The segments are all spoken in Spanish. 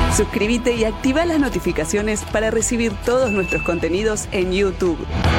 Suscríbete y activa las notificaciones para recibir todos nuestros contenidos en YouTube.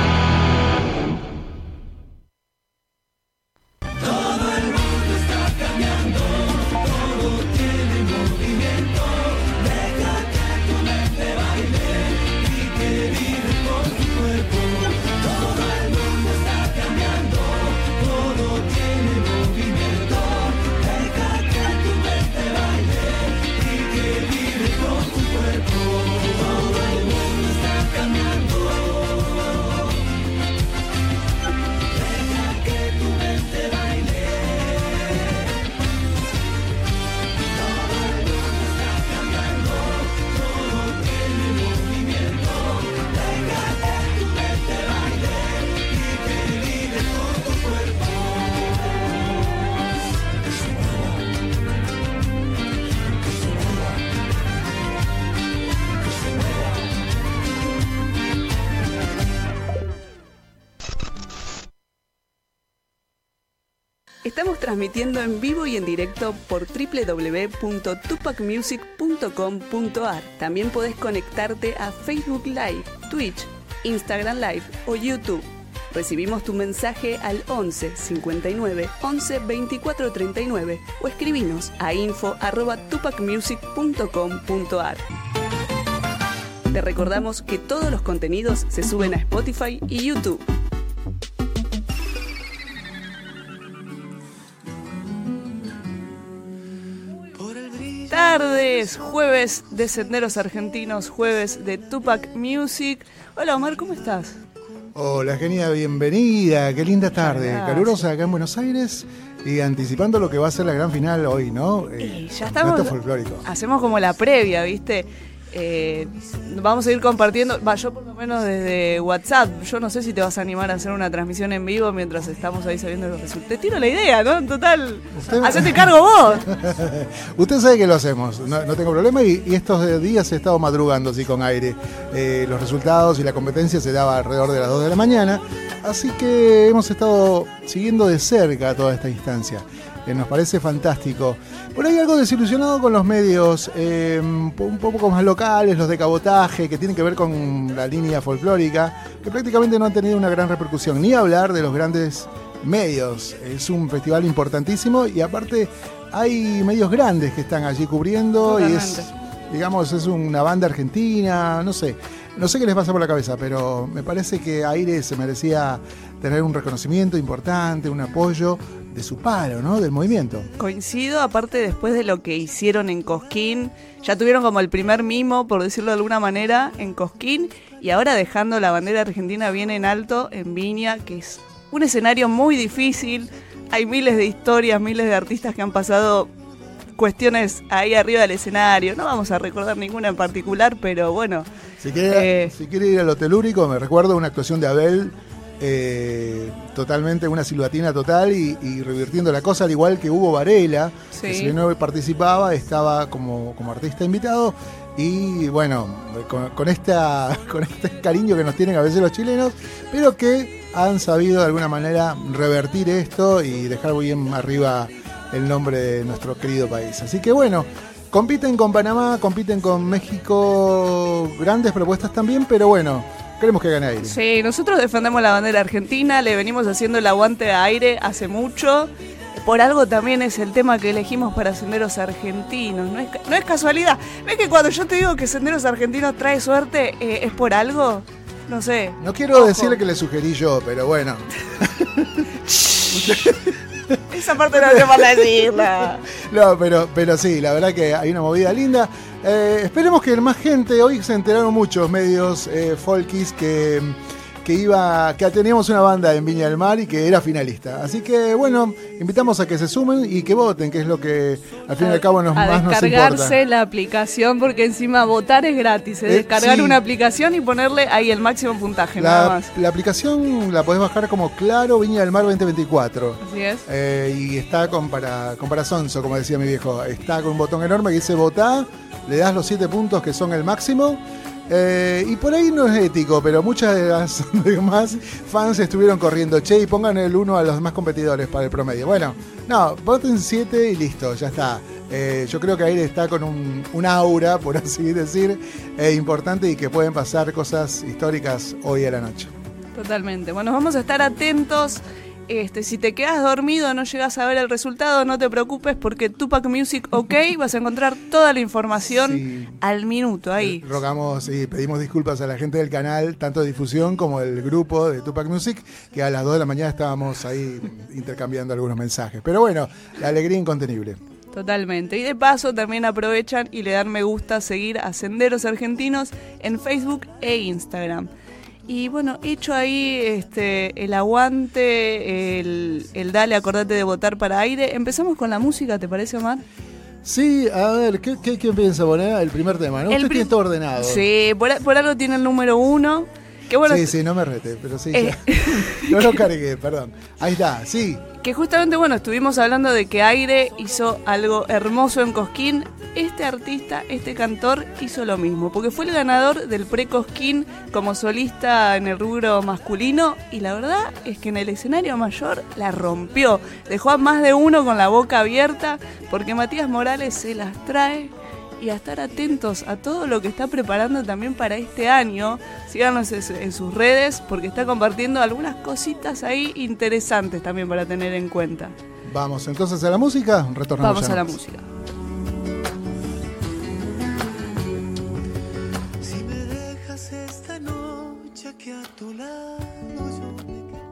Estamos transmitiendo en vivo y en directo por www.tupacmusic.com.ar. También podés conectarte a Facebook Live, Twitch, Instagram Live o YouTube. Recibimos tu mensaje al 11 59 11 24 39 o escribinos a info@tupacmusic.com.ar. Te recordamos que todos los contenidos se suben a Spotify y YouTube. Tardes, jueves de Senderos Argentinos, jueves de Tupac Music. Hola Omar, ¿cómo estás? Hola Genia, bienvenida, qué linda tarde, calurosa acá en Buenos Aires y anticipando lo que va a ser la gran final hoy, ¿no? Ya estamos, folclórico. Hacemos como la previa, ¿viste? Vamos a ir compartiendo, yo por lo menos desde WhatsApp, yo no sé si te vas a animar a hacer una transmisión en vivo mientras estamos ahí sabiendo los resultados. Te tiro la idea, ¿no? En total, hacete cargo vos. Usted sabe que lo hacemos, no tengo problema y estos días he estado madrugando así con aire. Los resultados y la competencia se daba alrededor de las 2 de la mañana, así que hemos estado siguiendo de cerca toda esta instancia. Nos parece fantástico. Por ahí algo desilusionado con los medios, un poco más locales, los de cabotaje, que tienen que ver con la línea folclórica, que prácticamente no han tenido una gran repercusión. Ni hablar de los grandes medios. Es un festival importantísimo y aparte hay medios grandes que están allí cubriendo. Totalmente. Y es una banda argentina, no sé qué les pasa por la cabeza, pero me parece que Aire se merecía tener un reconocimiento importante, un apoyo de su palo, ¿no? Del movimiento. Coincido, aparte después de lo que hicieron en Cosquín, ya tuvieron como el primer mimo, por decirlo de alguna manera, en Cosquín, y ahora dejando la bandera argentina bien en alto en Viña, que es un escenario muy difícil. Hay miles de historias, miles de artistas que han pasado cuestiones ahí arriba del escenario. No vamos a recordar ninguna en particular, pero bueno. Si quiere ir al Hotelúrico, me recuerdo una actuación de Abel, totalmente una silbatina total y revirtiendo la cosa, al igual que Hugo Varela, sí, que si bien no participaba, estaba como artista invitado. Y bueno, con este cariño que nos tienen a veces los chilenos, pero que han sabido de alguna manera revertir esto y dejar bien arriba el nombre de nuestro querido país. Así que bueno, compiten con Panamá, compiten con México, grandes propuestas también, pero bueno, queremos que gane Aire. Sí, nosotros defendemos la bandera argentina, le venimos haciendo el aguante a Aire hace mucho. Por algo también es el tema que elegimos para Senderos Argentinos. No es casualidad. ¿Ves que cuando yo te digo que Senderos Argentinos trae suerte, es por algo? No sé. No quiero decirle que le sugerí yo, pero bueno. Esa parte no te van a decirla. No, pero sí, la verdad que hay una movida linda. Esperemos que más gente, hoy se enteraron muchos medios folkis que teníamos una banda en Viña del Mar y que era finalista. Así que bueno, invitamos a que se sumen y que voten, que es lo que al fin y al cabo más nos importa. A descargarse la aplicación, porque encima votar es gratis. Descargar una aplicación y ponerle ahí el máximo puntaje, nada más. La aplicación la podés bajar como Claro Viña del Mar 2024. Así es. Y está para sonso, como decía mi viejo. Está con un botón enorme que dice votá, le das los 7 puntos que son el máximo. Y por ahí no es ético, pero muchas de las demás fans estuvieron corriendo. Che, y pongan el 1 a los demás competidores para el promedio. Bueno, no, voten 7 y listo, ya está. Yo creo que Aire está con un aura, por así decir, importante y que pueden pasar cosas históricas hoy a la noche. Totalmente. Bueno, vamos a estar atentos. Si te quedas dormido, no llegas a ver el resultado, no te preocupes porque Tupac Music OK vas a encontrar toda la información al minuto ahí. Rogamos y pedimos disculpas a la gente del canal, tanto de difusión como del grupo de Tupac Music, que a las 2 de la mañana estábamos ahí intercambiando algunos mensajes. Pero bueno, la alegría incontenible. Totalmente. Y de paso también aprovechan y le dan me gusta, seguir a Senderos Argentinos en Facebook e Instagram. Y bueno, hecho ahí el aguante, el dale, acordate de votar para Aire. Empezamos con la música, ¿te parece, Omar? Sí, a ver, ¿qué piensa poner? El primer tema, ¿no? Usted tiene todo ordenado. Sí, por algo tiene el número 1. Que bueno, sí, no me rete, pero sí, ya. No lo cargué, perdón. Ahí está, sí. Que justamente, bueno, estuvimos hablando de que Aire hizo algo hermoso en Cosquín. Este artista, este cantor, hizo lo mismo, porque fue el ganador del pre-Cosquín como solista en el rubro masculino, y la verdad es que en el escenario mayor la rompió. Dejó a más de uno con la boca abierta, porque Matías Morales se las trae. Y a estar atentos a todo lo que está preparando también para este año. Síganos en sus redes porque está compartiendo algunas cositas ahí interesantes también para tener en cuenta. Vamos entonces a la música, retornamos. Vamos a la música. Si me dejas esta noche aquí a tu lado, yo me quedo.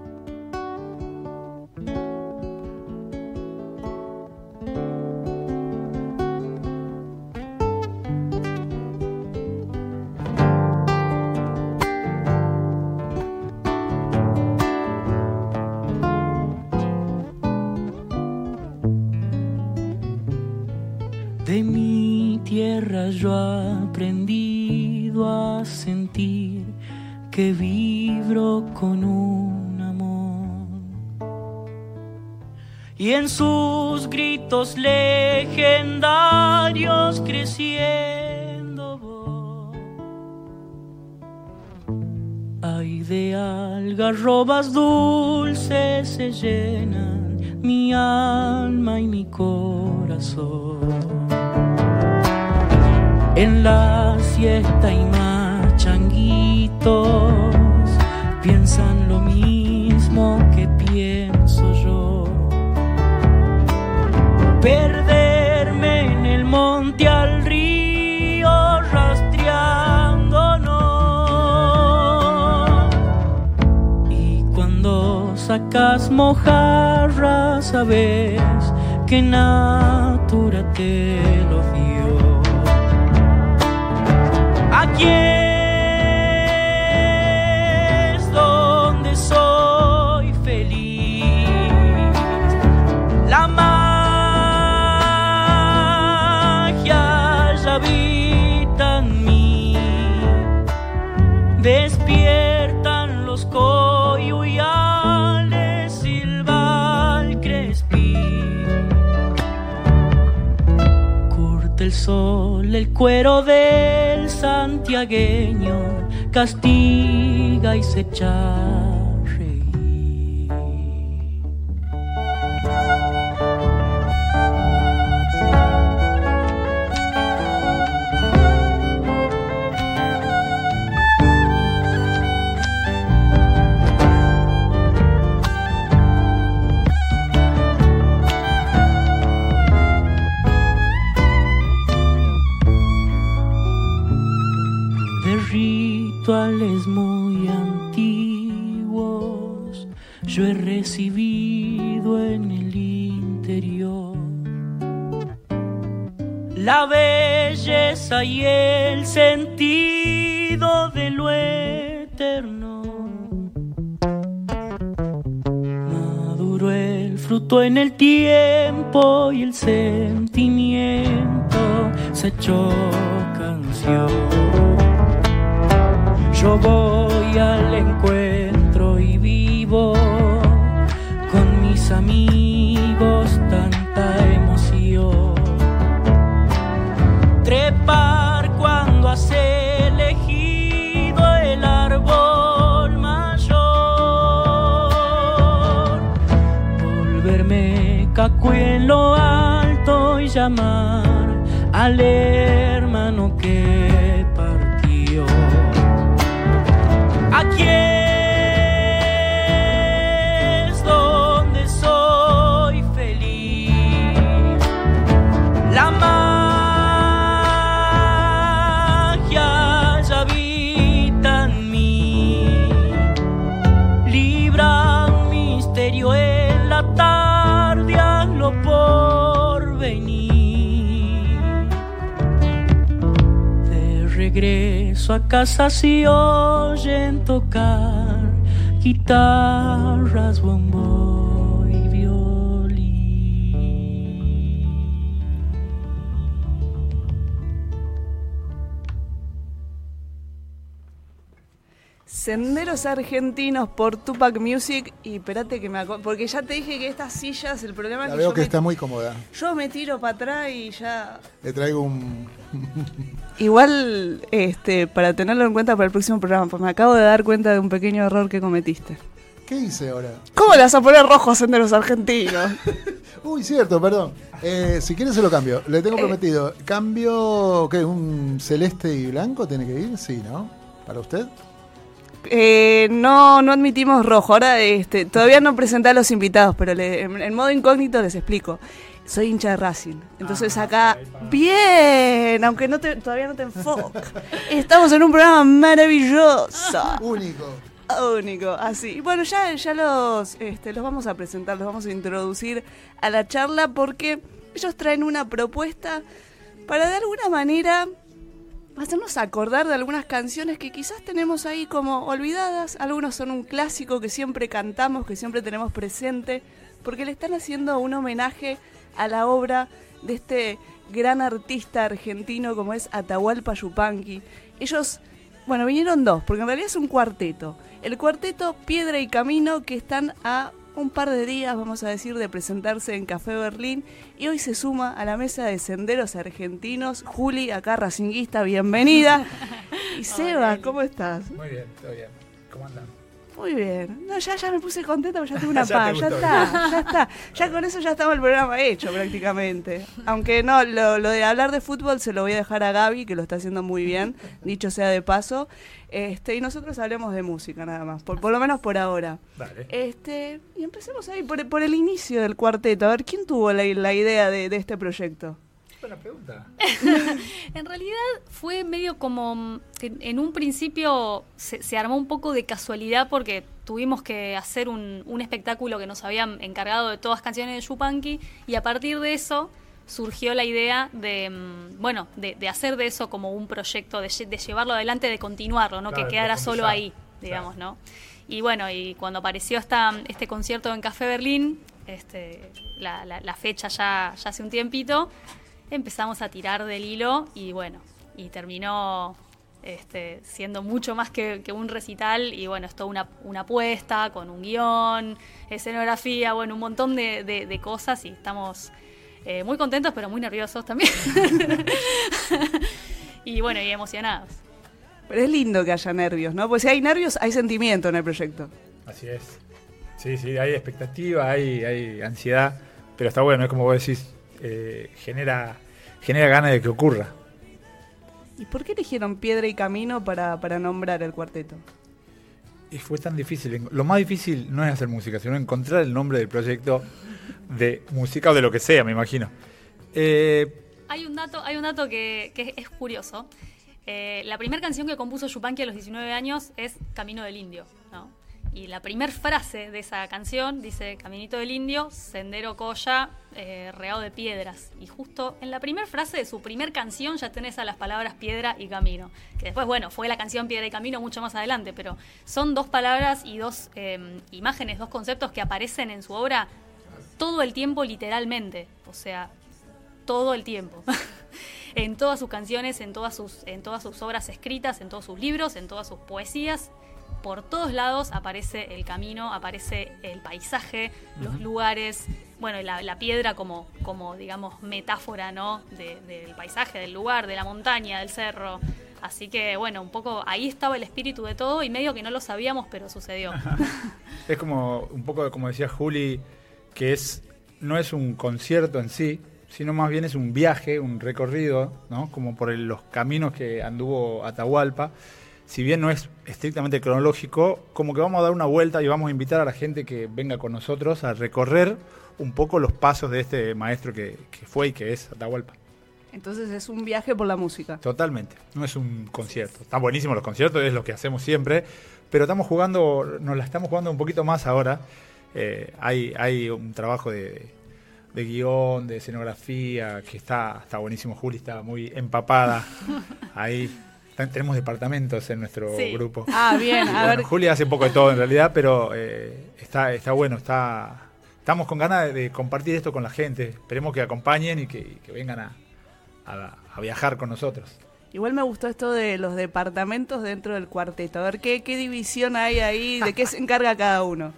De mi tierra yo he aprendido a sentir que vibro con un amor, y en sus gritos legendarios creciendo voy. Ay, de algarrobas dulces se llenan mi alma y mi corazón. En la siesta y más changuitos piensan lo mismo que pienso yo. Perderme en el monte al río rastreándonos. Y cuando sacas mojarra sabes que natura te lo dio. Aquí es donde soy feliz. La magia ya habita en mí. Despiertan los coyuyales, silba el crespín. Curte el sol el cuero del santiagueño, castiga y se echa a reír. Rituales muy antiguos yo he recibido en el interior. La belleza y el sentido de lo eterno. Maduró el fruto en el tiempo y el sentimiento se echó canción. Yo voy al encuentro y vivo con mis amigos tanta emoción. Trepar cuando has elegido foco y en lo alto y llamar al hermano que partió. Aquí es donde soy feliz. La magia ya habita en mí. Libra un misterio en la tarde a lo por venir. De regreso a casa se oyen tocar guitarras, bombo y violín. Senderos Argentinos por Tupac Music. Y espérate que me acuerdo, porque ya te dije que estas sillas, el problema es La que veo que está muy cómoda. yo me tiro para atrás y ya... Le traigo un... Igual, para tenerlo en cuenta para el próximo programa, pues me acabo de dar cuenta de un pequeño error que cometiste. ¿Qué hice ahora? ¿Cómo le vas a poner rojo a Senderos Argentinos? Uy, cierto, perdón. Si quieres se lo cambio. Le tengo prometido. ¿Cambio qué? ¿Un celeste y blanco tiene que ir? Sí, ¿no? ¿Para usted? No admitimos rojo. Ahora todavía no presenté a los invitados, pero en modo incógnito les explico. Soy hincha de Racing. Entonces acá, bien, aunque todavía no te enfoca. Estamos en un programa maravilloso. Único, así. Y bueno, ya los vamos a presentar, los vamos a introducir a la charla porque ellos traen una propuesta para de alguna manera hacernos acordar de algunas canciones que quizás tenemos ahí como olvidadas. Algunos son un clásico que siempre cantamos, que siempre tenemos presente, porque le están haciendo un homenaje a la obra de este gran artista argentino como es Atahualpa Yupanqui. Ellos, bueno, vinieron dos, porque en realidad es un cuarteto. El cuarteto Piedra y Camino, que están a un par de días, vamos a decir, de presentarse en Café Berlín, y hoy se suma a la mesa de Senderos Argentinos Juli, acá racinguista, bienvenida. Y Seba, ¿cómo estás? Muy bien, todo bien. ¿Cómo andan? Muy bien. No, ya me puse contenta porque ya tengo una paz. Ya está. Ya con eso ya estaba el programa hecho prácticamente. Aunque no, lo de hablar de fútbol se lo voy a dejar a Gaby, que lo está haciendo muy bien, dicho sea de paso. Y nosotros hablemos de música nada más, por lo menos por ahora. Dale. Y empecemos ahí por el inicio del cuarteto. A ver, ¿quién tuvo la idea de este proyecto? Buena pregunta. En realidad fue medio como que en un principio se armó un poco de casualidad porque tuvimos que hacer un espectáculo que nos habían encargado de todas canciones de Yupanqui, y a partir de eso surgió la idea de hacer de eso como un proyecto, de llevarlo adelante, de continuarlo, ¿no? Claro, Que quedara solo ahí, claro. digamos, ¿no? Y bueno, y cuando apareció este concierto en Café Berlín, la fecha ya hace un tiempito, empezamos a tirar del hilo y bueno, y terminó siendo mucho más que un recital, y bueno, es toda una apuesta con un guión, escenografía, bueno, un montón de cosas, y estamos muy contentos pero muy nerviosos también. Y bueno, y emocionados. Pero es lindo que haya nervios, ¿no? Pues si hay nervios, hay sentimiento en el proyecto. Así es. Sí, hay expectativa, hay ansiedad, pero está bueno, es como vos decís, genera ganas de que ocurra. ¿Y por qué eligieron Piedra y Camino para nombrar el cuarteto? Y fue tan difícil. Lo más difícil no es hacer música, sino encontrar el nombre del proyecto de música o de lo que sea, me imagino. Hay un dato que es curioso. La primera canción que compuso Yupanqui a los 19 años es Camino del Indio, ¿no? Y la primera frase de esa canción dice: Caminito del Indio, sendero colla, regado de piedras. Y justo en la primera frase de su primer canción ya tenés a las palabras piedra y camino. Que después, bueno, fue la canción Piedra y Camino mucho más adelante, pero son dos palabras y dos imágenes, dos conceptos que aparecen en su obra todo el tiempo, literalmente. O sea, todo el tiempo. En todas sus canciones, en todas sus obras escritas, en todos sus libros, en todas sus poesías. Por todos lados aparece el camino, aparece el paisaje, los lugares, bueno, la piedra como digamos metáfora, ¿no? Del paisaje, del lugar, de la montaña, del cerro. Así que bueno, un poco ahí estaba el espíritu de todo y medio que no lo sabíamos, pero sucedió. Es como un poco como decía Juli, que es no es un concierto en sí, sino más bien es un viaje, un recorrido, ¿no? Como por los caminos que anduvo Atahualpa. Si bien no es estrictamente cronológico, como que vamos a dar una vuelta y vamos a invitar a la gente que venga con nosotros a recorrer un poco los pasos de este maestro que fue y que es Atahualpa. Entonces es un viaje por la música. Totalmente, no es un concierto. Están buenísimos los conciertos, es lo que hacemos siempre, pero nos la estamos jugando un poquito más ahora. Hay un trabajo de guión, de escenografía, que está buenísimo. Juli está muy empapada ahí. Tenemos departamentos en nuestro grupo. Ah, bien, a ver. Juli hace un poco de todo en realidad, pero está bueno, estamos con ganas de compartir esto con la gente. Esperemos que acompañen y que vengan a viajar con nosotros. Igual me gustó esto de los departamentos dentro del cuarteto. A ver, ¿qué división hay ahí? ¿De qué se encarga cada uno?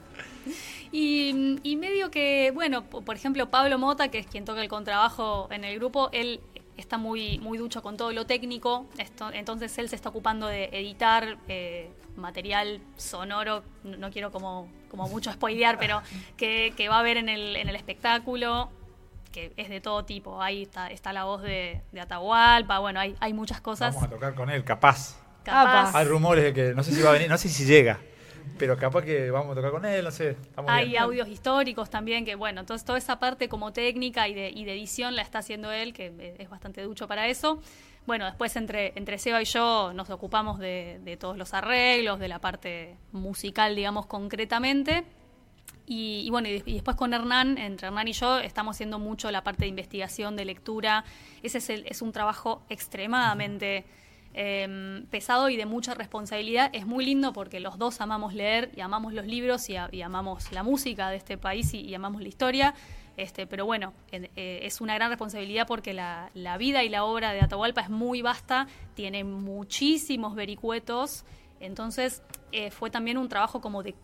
Y medio que, bueno, por ejemplo, Pablo Mota, que es quien toca el contrabajo en el grupo, él está muy ducho con todo lo técnico, entonces él se está ocupando de editar material sonoro, no quiero como mucho spoilear, pero que va a haber en el espectáculo, que es de todo tipo. Ahí está la voz de Atahualpa, bueno, hay muchas cosas. Vamos a tocar con él, capaz. Capaz. Hay rumores de que no sé si va a venir, no sé si llega, pero capaz que vamos a tocar con él, no sé. Hay bien. audios históricos también, que bueno, entonces toda esa parte como técnica y de edición la está haciendo él, que es bastante ducho para eso. Bueno, después entre Seba y yo nos ocupamos de todos los arreglos, de la parte musical, digamos, concretamente. Y bueno, y después con Hernán, entre Hernán y yo, estamos haciendo mucho la parte de investigación, de lectura. Ese es un trabajo extremadamente pesado y de mucha responsabilidad. Es muy lindo porque los dos amamos leer y amamos los libros y amamos la música de este país y amamos la historia. Pero bueno, es una gran responsabilidad porque la vida y la obra de Atahualpa es muy vasta, tiene muchísimos vericuetos. Entonces fue también un trabajo como de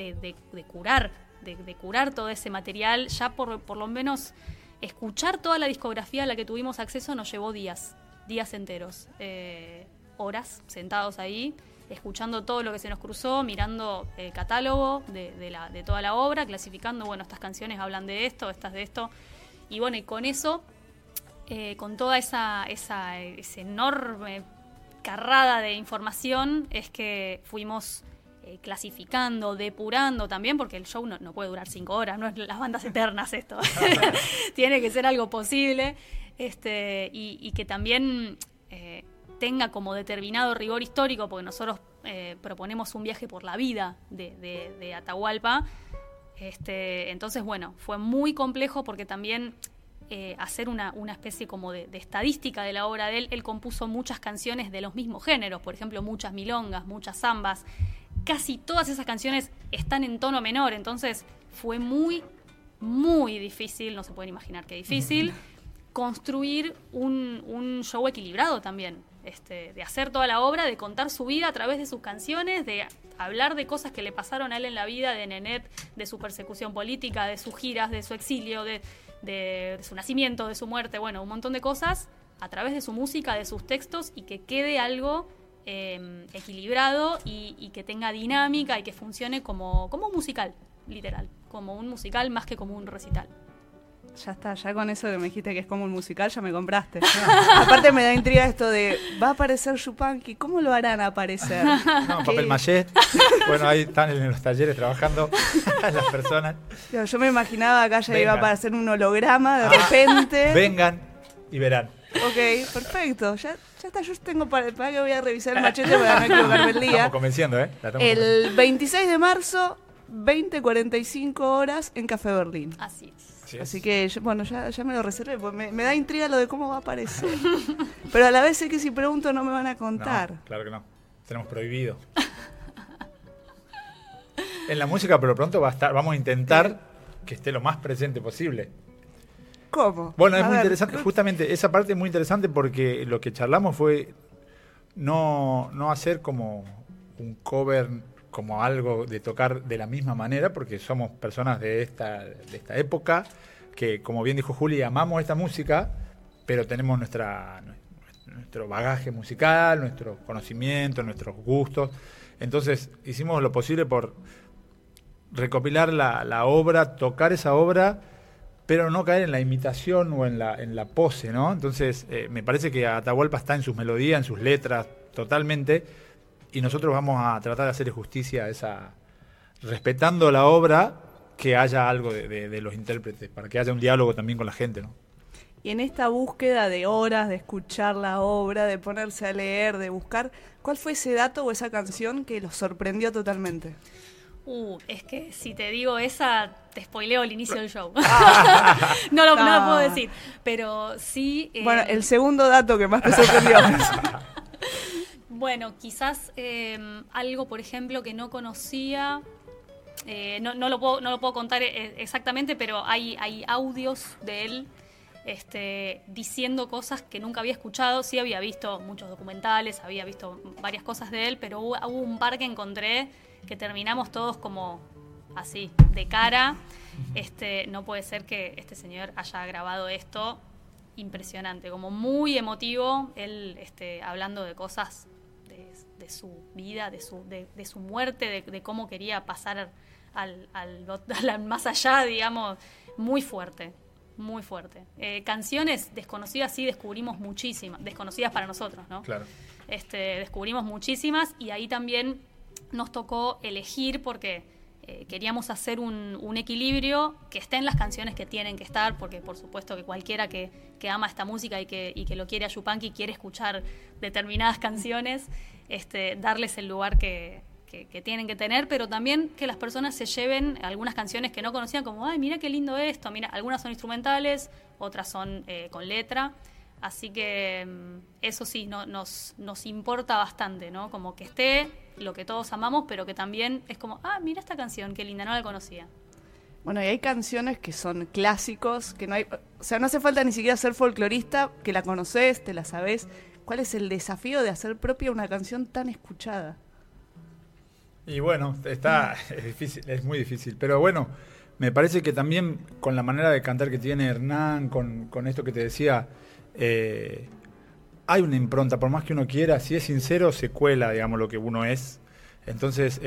curar todo ese material. Ya por lo menos escuchar toda la discografía a la que tuvimos acceso nos llevó días enteros, horas sentados ahí, escuchando todo lo que se nos cruzó, mirando el catálogo de toda la obra, clasificando, bueno, estas canciones hablan de esto, estas de esto, y bueno, y con eso, con toda esa enorme carrada de información, es que fuimos clasificando, depurando también, porque el show no puede durar 5 horas, no es las bandas eternas esto. Tiene que ser algo posible, y que también tenga como determinado rigor histórico, porque nosotros proponemos un viaje por la vida de Atahualpa. Entonces, bueno, fue muy complejo porque también hacer una especie como de estadística de la obra de él. Él compuso muchas canciones de los mismos géneros, por ejemplo, muchas milongas, muchas zambas. Casi todas esas canciones están en tono menor, entonces fue muy, muy difícil, no se pueden imaginar qué difícil, construir un show equilibrado también, de hacer toda la obra, de contar su vida a través de sus canciones, de hablar de cosas que le pasaron a él en la vida, de Nenet, de su persecución política, de sus giras, de su exilio, de su nacimiento, de su muerte, bueno, un montón de cosas a través de su música, de sus textos, y que quede algo equilibrado y que tenga dinámica y que funcione como un musical, literal, como un musical más que como un recital. Ya está, ya con eso que me dijiste que es como un musical, ya me compraste. Aparte me da intriga esto de, va a aparecer Yupanqui, ¿cómo lo harán aparecer? No, papel maché. Bueno, ahí están en los talleres trabajando las personas. Yo me imaginaba acá ya iba a aparecer un holograma de repente. Vengan y verán. Ok, perfecto. Ya está, yo tengo para que voy a revisar el machete para no equivocarme el día. Estamos convenciendo, El 26 de marzo, 20:45 horas en Café Berlín. Así es. Así que, bueno, ya me lo reservé, pues me da intriga lo de cómo va a aparecer. Pero a la vez sé que si pregunto no me van a contar. No, claro que no. Tenemos prohibido. En la música, pero pronto va a estar. Vamos a intentar que esté lo más presente posible. ¿Cómo? Bueno, es muy interesante. Justamente esa parte es muy interesante porque lo que charlamos fue no hacer como un cover, como algo de tocar de la misma manera, porque somos personas de esta época que, como bien dijo Juli, amamos esta música, pero tenemos nuestro bagaje musical, nuestro conocimiento, nuestros gustos. Entonces hicimos lo posible por recopilar la obra, tocar esa obra pero no caer en la imitación o en la pose, ¿no? Entonces, me parece que Atahualpa está en sus melodías, en sus letras, totalmente, y nosotros vamos a tratar de hacer justicia a esa, respetando la obra, que haya algo de los intérpretes, para que haya un diálogo también con la gente, ¿no? Y en esta búsqueda de horas, de escuchar la obra, de ponerse a leer, de buscar, ¿cuál fue ese dato o esa canción que los sorprendió totalmente? Es que si te digo esa, te spoileo el inicio del show. No lo puedo decir, pero sí... Bueno, el segundo dato que más te sorprendió. Bueno, quizás algo, por ejemplo, que no conocía... no lo puedo contar exactamente, pero hay audios de él diciendo cosas que nunca había escuchado. Sí había visto muchos documentales, había visto varias cosas de él, pero hubo un par que encontré que terminamos todos como así, de cara. No puede ser que este señor haya grabado esto. Impresionante, como muy emotivo, él hablando de cosas de su vida, de su muerte, de cómo quería pasar al más allá, digamos, muy fuerte. Muy fuerte. Canciones desconocidas sí descubrimos muchísimas, desconocidas para nosotros, ¿no? Claro. Descubrimos muchísimas y ahí también nos tocó elegir porque queríamos hacer un equilibrio que esté en las canciones que tienen que estar, porque por supuesto que cualquiera que ama esta música y que lo quiere a Yupanqui quiere escuchar determinadas canciones, darles el lugar que tienen que tener, pero también que las personas se lleven algunas canciones que no conocían, como, ay, mira qué lindo esto, mira, algunas son instrumentales, otras son con letra, así que eso sí, nos importa bastante, ¿no? Como que esté lo que todos amamos, pero que también es como, mira esta canción, qué linda, no la conocía. Bueno, y hay canciones que son clásicos, que no hay, o sea, no hace falta ni siquiera ser folclorista, que la conoces, te la sabés. ¿Cuál es el desafío de hacer propia una canción tan escuchada? Y bueno, es difícil, es muy difícil. Pero bueno, me parece que también con la manera de cantar que tiene Hernán, con esto que te decía, hay una impronta, por más que uno quiera, si es sincero, se cuela, digamos, lo que uno es. Entonces,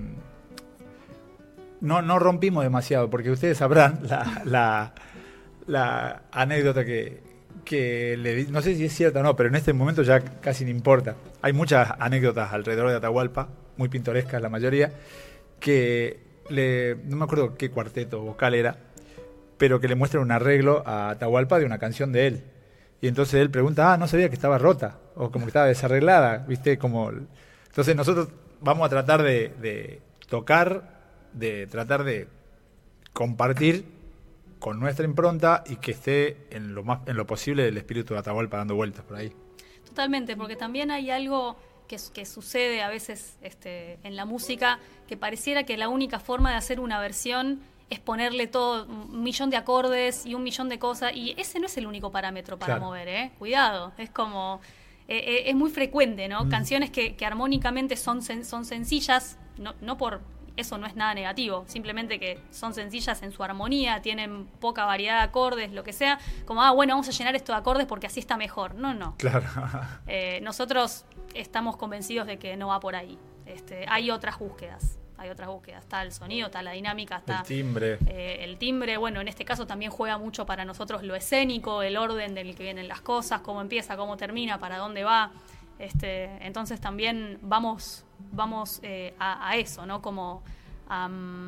no rompimos demasiado, porque ustedes sabrán la anécdota que le di, no sé si es cierta o no, pero en este momento ya casi no importa. Hay muchas anécdotas alrededor de Atahualpa, muy pintorescas la mayoría, que no me acuerdo qué cuarteto vocal era, pero que le muestran un arreglo a Atahualpa de una canción de él. Y entonces él pregunta, no sabía que estaba rota, o como que estaba desarreglada, ¿viste? Entonces nosotros vamos a tratar de tocar, de tratar de compartir con nuestra impronta y que esté en lo posible el espíritu de Atahualpa dando vueltas por ahí. Totalmente, porque también hay algo que sucede a veces en la música, que pareciera que la única forma de hacer una versión es ponerle todo, 1.000.000 de acordes y 1.000.000 de cosas, y ese no es el único parámetro para mover, cuidado, es como, es muy frecuente, ¿no? Canciones que armónicamente son sencillas, no por eso no es nada negativo, simplemente que son sencillas en su armonía, tienen poca variedad de acordes, lo que sea, como, bueno, vamos a llenar esto de acordes porque así está mejor. No. Claro. Nosotros estamos convencidos de que no va por ahí. Hay otras búsquedas. Está el sonido, está la dinámica, está el timbre. Bueno, en este caso también juega mucho para nosotros lo escénico, el orden del que vienen las cosas, cómo empieza, cómo termina, para dónde va. Entonces también vamos a eso, ¿no? Como a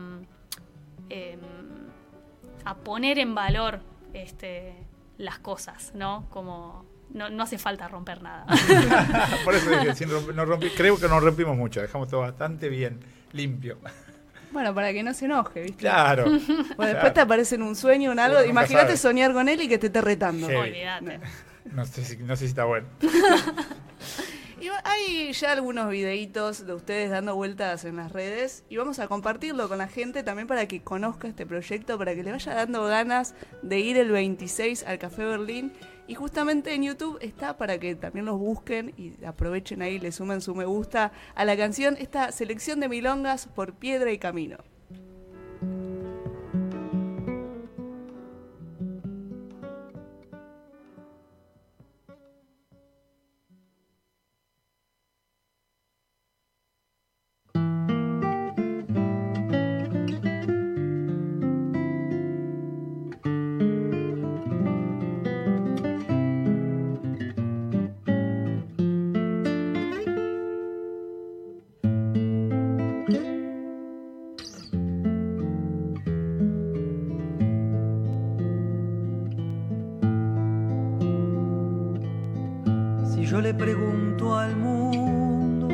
poner en valor las cosas, ¿no? Como no hace falta romper nada. Por eso dije, creo que no rompimos mucho, dejamos todo bastante bien, limpio. Bueno, para que no se enoje, ¿viste? Claro. Bueno, después te aparece en un sueño, en algo. Imagínate soñar con él y que te esté retando. Olvídate. No sé si está bueno. Y hay ya algunos videitos de ustedes dando vueltas en las redes y vamos a compartirlo con la gente también para que conozca este proyecto, para que le vaya dando ganas de ir el 26 al Café Berlín. Y justamente en YouTube está para que también los busquen y aprovechen ahí, le sumen su me gusta a la canción, esta selección de milongas por Piedra y Camino. Si yo le pregunto al mundo,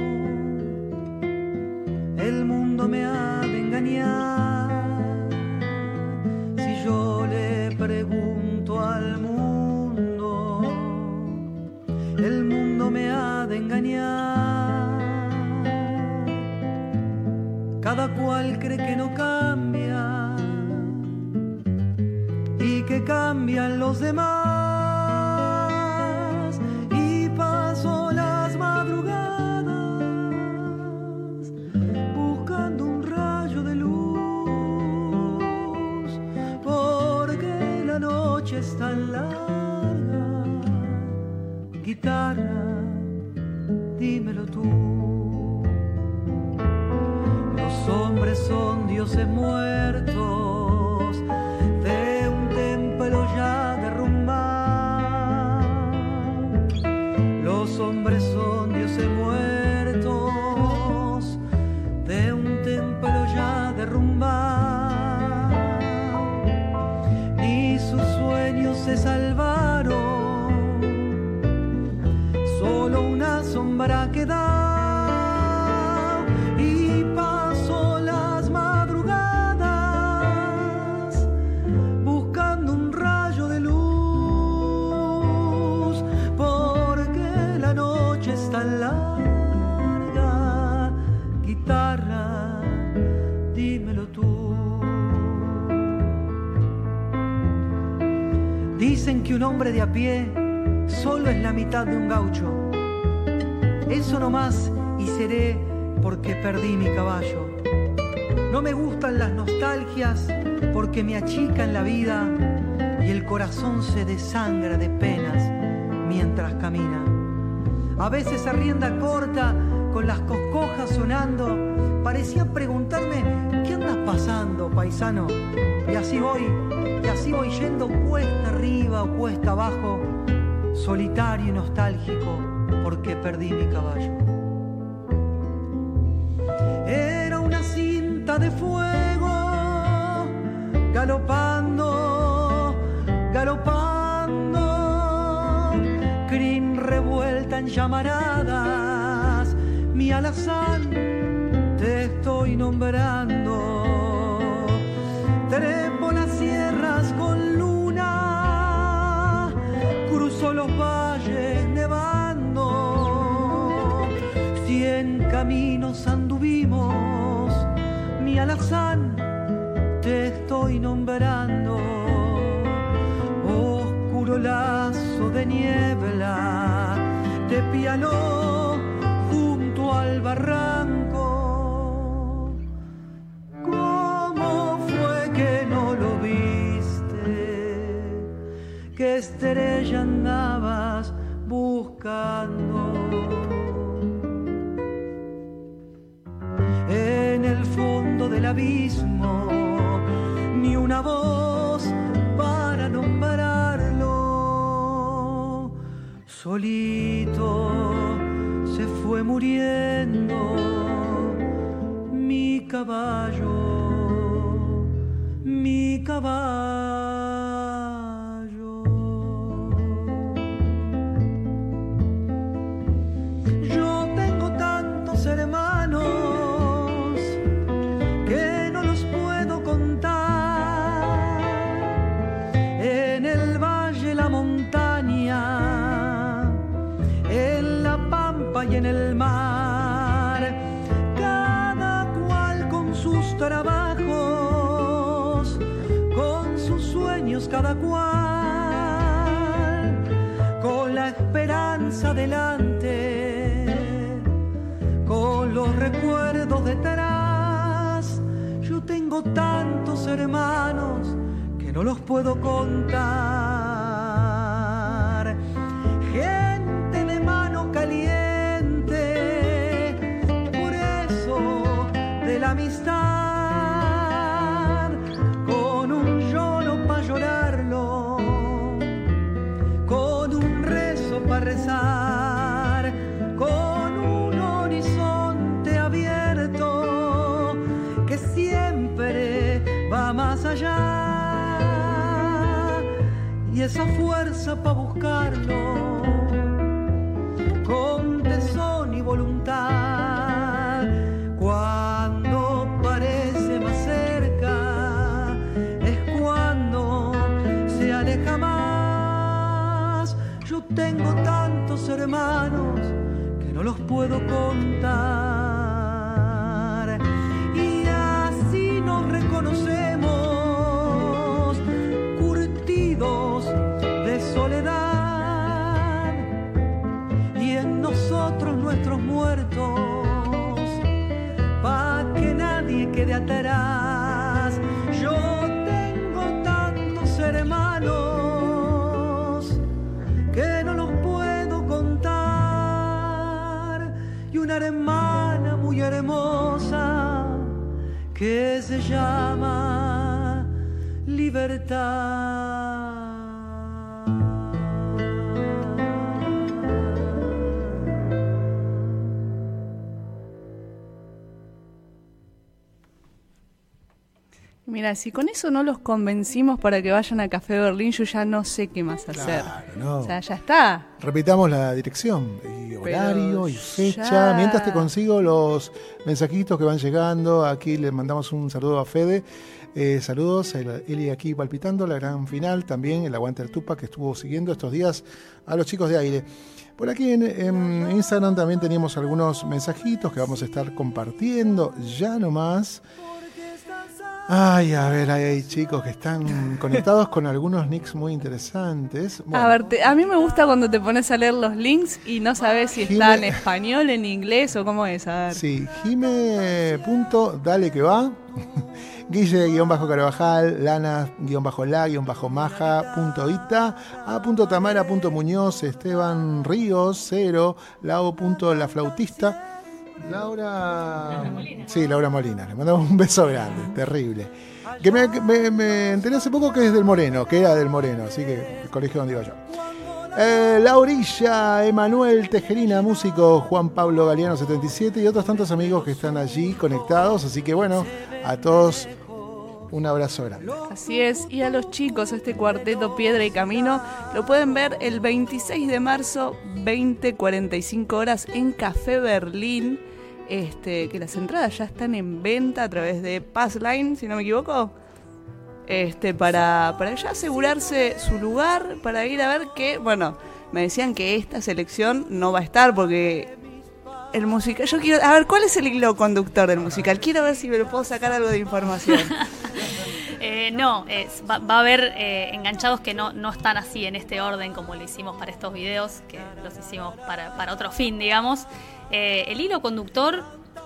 el mundo me ha de engañar. Si yo le pregunto al mundo, el mundo me ha de engañar. Cada cual cree que no cambia y que cambian los demás. Y paso las madrugadas buscando un rayo de luz, porque la noche es tan larga. Guitarra, dímelo tú. Los hombres son dioses muertos de un templo ya derrumbado. Los hombres son dioses muertos de un templo ya derrumbado. Ni sus sueños se salvaron, solo una sombra queda. Y paso las madrugadas buscando un rayo de luz, porque la noche es tan larga. Guitarra, dímelo tú. Dicen que un hombre de a pie solo es la mitad de un gaucho. Eso nomás y seré porque perdí mi caballo. No me gustan las nostalgias porque me achican la vida y el corazón se desangra de penas mientras camina. A veces a rienda corta, con las coscojas sonando, parecía preguntarme: ¿qué andas pasando, paisano? Y así voy yendo cuesta arriba o cuesta abajo, solitario y nostálgico porque perdí mi caballo. Era una cinta de fuego, galopando, galopando, crin revuelta en llamaradas. Mi alazán, te estoy nombrando. Trepo las sierras con luna, cruzo los valles nevando. 100 caminos anduvimos, mi alazán, te estoy nombrando. Oscuro lazo de niebla te pianó junto al barranco. ¿Cómo fue que no lo viste? ¿Qué estrella andabas buscando? En el fondo del abismo, ni una voz para nombrarlo. Solito se fue muriendo mi caballo, mi caballo. Yo tengo tantos hermanos que no los puedo contar. En el valle, la montaña, en la pampa y en el mar, cada cual con sus trabajos, con sus sueños cada cual, con la esperanza delante, con los recuerdos detrás. Yo tengo tantos hermanos que no los puedo contar. Gente de mano caliente, por eso de la amistad, con un lloro para llorarlo, con un rezo para rezar, con un horizonte abierto que siempre va más allá, y esa fuerza para buscarlo. hermanos que no los puedo contar. Y así nos reconocemos, curtidos de soledad, y en nosotros nuestros muertos, pa' que nadie quede atrás. Yo tengo tantos hermanos que no los puedo contar, y una hermana muy hermosa que se llama Libertad. Mira, si con eso no los convencimos para que vayan a Café Berlín, yo ya no sé qué más hacer. Claro, no. O sea, ya está. Repitamos la dirección, y horario y fecha. ya. Mientras te consigo los mensajitos que van llegando, aquí le mandamos un saludo a Fede. Saludos, Eli aquí palpitando la gran final, también el Aguante del Tupac que estuvo siguiendo estos días a los chicos de Aire. Por aquí en Instagram también teníamos algunos mensajitos que vamos a estar compartiendo ya nomás. Ay, a ver, hay chicos que están conectados con algunos nicks muy interesantes. Bueno, A ver, a mí me gusta cuando te pones a leer los links y no sabes si está en español, en inglés o cómo es. A ver. sí, Jime.dale que va. Guille-Carvajal, Lana-la-maja.ita, a.tamara.muñoz, Esteban Ríos, 0, Lau.laflautista. Laura Molina, le mandamos un beso grande, terrible. Que me enteré hace poco que es del Moreno, que era del Moreno, así que el colegio donde iba yo. Laurilla, Emanuel Tejerina, músico, Juan Pablo Galeano 77 y otros tantos amigos que están allí conectados, así que bueno, a todos un abrazo grande. Así es, y a los chicos, este cuarteto Piedra y Camino, lo pueden ver el 26 de marzo, 20:45 horas en Café Berlín, que las entradas ya están en venta a través de Passline, si no me equivoco, para ya asegurarse su lugar, para ir a ver que, bueno, me decían que esta selección no va a estar porque el musical, yo quiero, a ver, ¿cuál es el hilo conductor del musical? Quiero ver si me lo puedo sacar algo de información. Va a haber enganchados que no están así en este orden como lo hicimos para estos videos, que los hicimos para otro fin, digamos. El hilo conductor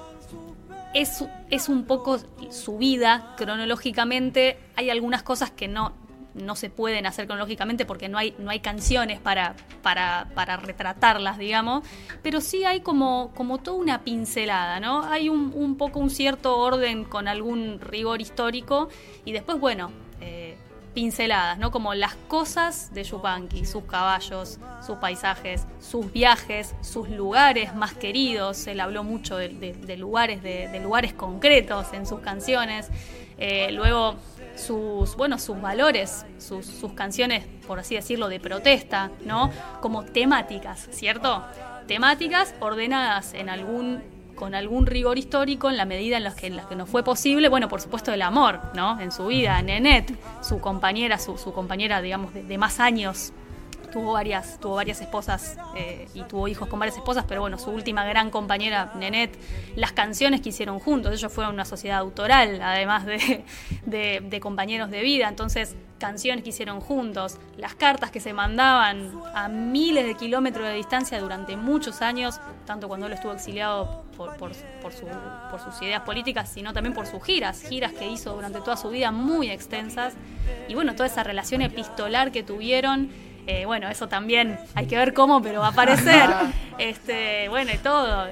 es un poco su vida cronológicamente. Hay algunas cosas que no se pueden hacer cronológicamente porque no hay canciones para retratarlas, digamos, pero sí hay como toda una pincelada, ¿no? Hay un poco un cierto orden con algún rigor histórico y después, bueno, pinceladas, ¿no? Como las cosas de Yupanqui, sus caballos, sus paisajes, sus viajes, sus lugares más queridos. Él habló mucho de lugares concretos en sus canciones. Luego sus valores, sus canciones, por así decirlo, de protesta, ¿no? Como temáticas, ¿cierto? Temáticas ordenadas con algún rigor histórico en la medida en las que nos fue posible. Bueno, por supuesto el amor, ¿no? En su vida, Nenet, su compañera, digamos, de más años. Tuvo varias esposas y tuvo hijos con varias esposas, pero bueno, su última gran compañera, Nenet, las canciones que hicieron juntos, ellos fueron una sociedad autoral, además de compañeros de vida, entonces canciones que hicieron juntos, las cartas que se mandaban a miles de kilómetros de distancia durante muchos años, tanto cuando él estuvo exiliado por sus ideas políticas, sino también por sus giras que hizo durante toda su vida muy extensas, y bueno, toda esa relación epistolar que tuvieron. Bueno, eso también hay que ver cómo, pero va a aparecer. Bueno, y todo.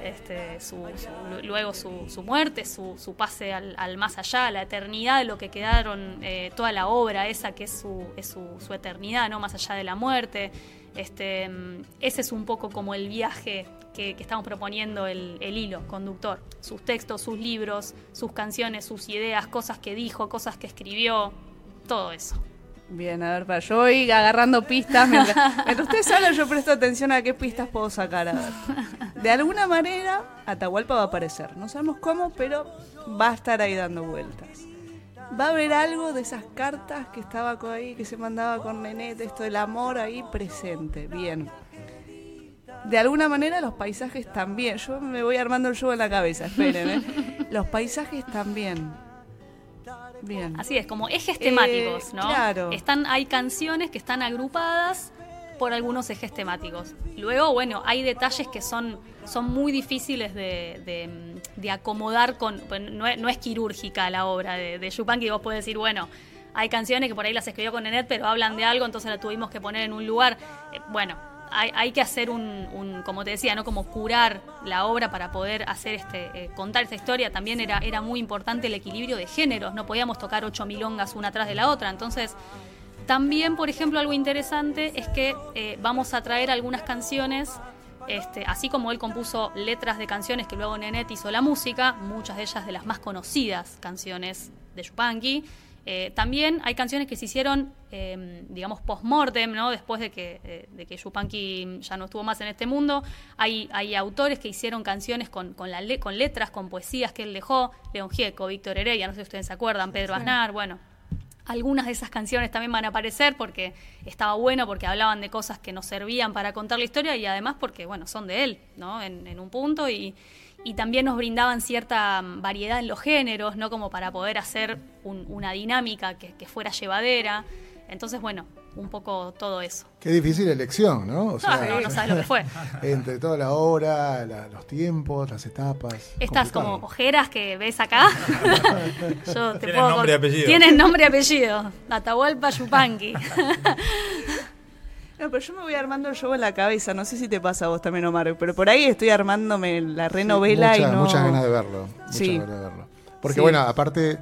Luego su muerte, su pase al más allá, a la eternidad, lo que quedaron, toda la obra esa que es su eternidad, ¿no? Más allá de la muerte. Ese es un poco como el viaje que estamos proponiendo, el hilo conductor. Sus textos, sus libros, sus canciones, sus ideas, cosas que dijo, cosas que escribió, todo eso. Bien, a ver, yo voy agarrando pistas. Mientras ustedes hablan, yo presto atención a qué pistas puedo sacar. A ver. De alguna manera, Atahualpa va a aparecer. No sabemos cómo, pero va a estar ahí dando vueltas. Va a haber algo de esas cartas que estaba ahí, que se mandaba con Nenet, esto del amor ahí presente. Bien. de alguna manera los paisajes también. Yo me voy armando el show en la cabeza, esperen. Los paisajes también. Bien. Así es, como ejes temáticos, ¿no? Claro. Hay canciones que están agrupadas por algunos ejes temáticos. Luego, bueno, hay detalles que son muy difíciles de acomodar no es quirúrgica la obra de Yupanqui. Vos podés decir, bueno, hay canciones que por ahí las escribió con Nenet, pero hablan de algo, entonces la tuvimos que poner en un lugar. Bueno, hay que hacer como te decía, ¿no? Como curar la obra para poder hacer contar esta historia. También era muy importante el equilibrio de géneros, no podíamos tocar 8 milongas una tras de la otra, entonces también, por ejemplo, algo interesante es que vamos a traer algunas canciones, así como él compuso letras de canciones que luego Nenet hizo la música, muchas de ellas de las más conocidas canciones de Yupanqui. También hay canciones que se hicieron, digamos, post-mortem, ¿no? Después de que Yupanqui ya no estuvo más en este mundo. Hay autores que hicieron canciones con letras, con poesías que él dejó. León Gieco, Víctor Heredia, no sé si ustedes se acuerdan, Pedro Aznar, bueno. Algunas de esas canciones también van a aparecer porque estaba bueno, porque hablaban de cosas que nos servían para contar la historia y además porque, bueno, son de él, ¿no? En un punto y también nos brindaban cierta variedad en los géneros, ¿no? Como para poder hacer una dinámica que fuera llevadera. Entonces, bueno, un poco todo eso. Qué difícil elección, ¿no? O sea, no sabes lo que fue. Entre toda la obra, los tiempos, las etapas. Estas como ojeras que ves acá. Yo te Tienen nombre y apellido. Tienen nombre y apellido. Atahualpa Yupanqui. No, pero yo me voy armando el show en la cabeza. No sé si te pasa a vos también, Omar, pero por ahí estoy armándome la renovela y no... Muchas ganas de verlo. Sí. Muchas ganas de verlo. Porque Sí. bueno, aparte,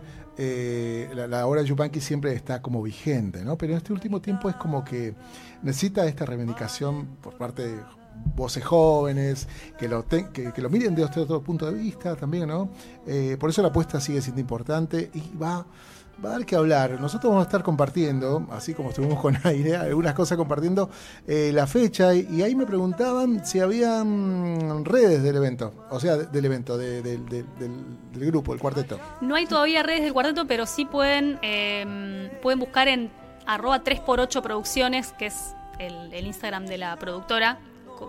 la obra de Yupanqui siempre está como vigente, ¿no? Pero en este último tiempo es como que necesita esta reivindicación por parte de voces jóvenes, que lo miren de otro punto de vista también, ¿no? Por eso la apuesta sigue siendo importante y va a dar que hablar. Nosotros vamos a estar compartiendo, así como estuvimos con Aire, algunas cosas compartiendo la fecha, y ahí me preguntaban si habían redes del evento, o sea, del evento, del grupo, el cuarteto. No hay todavía redes del cuarteto, pero sí pueden buscar en @3x8 Producciones, que es el Instagram de la productora,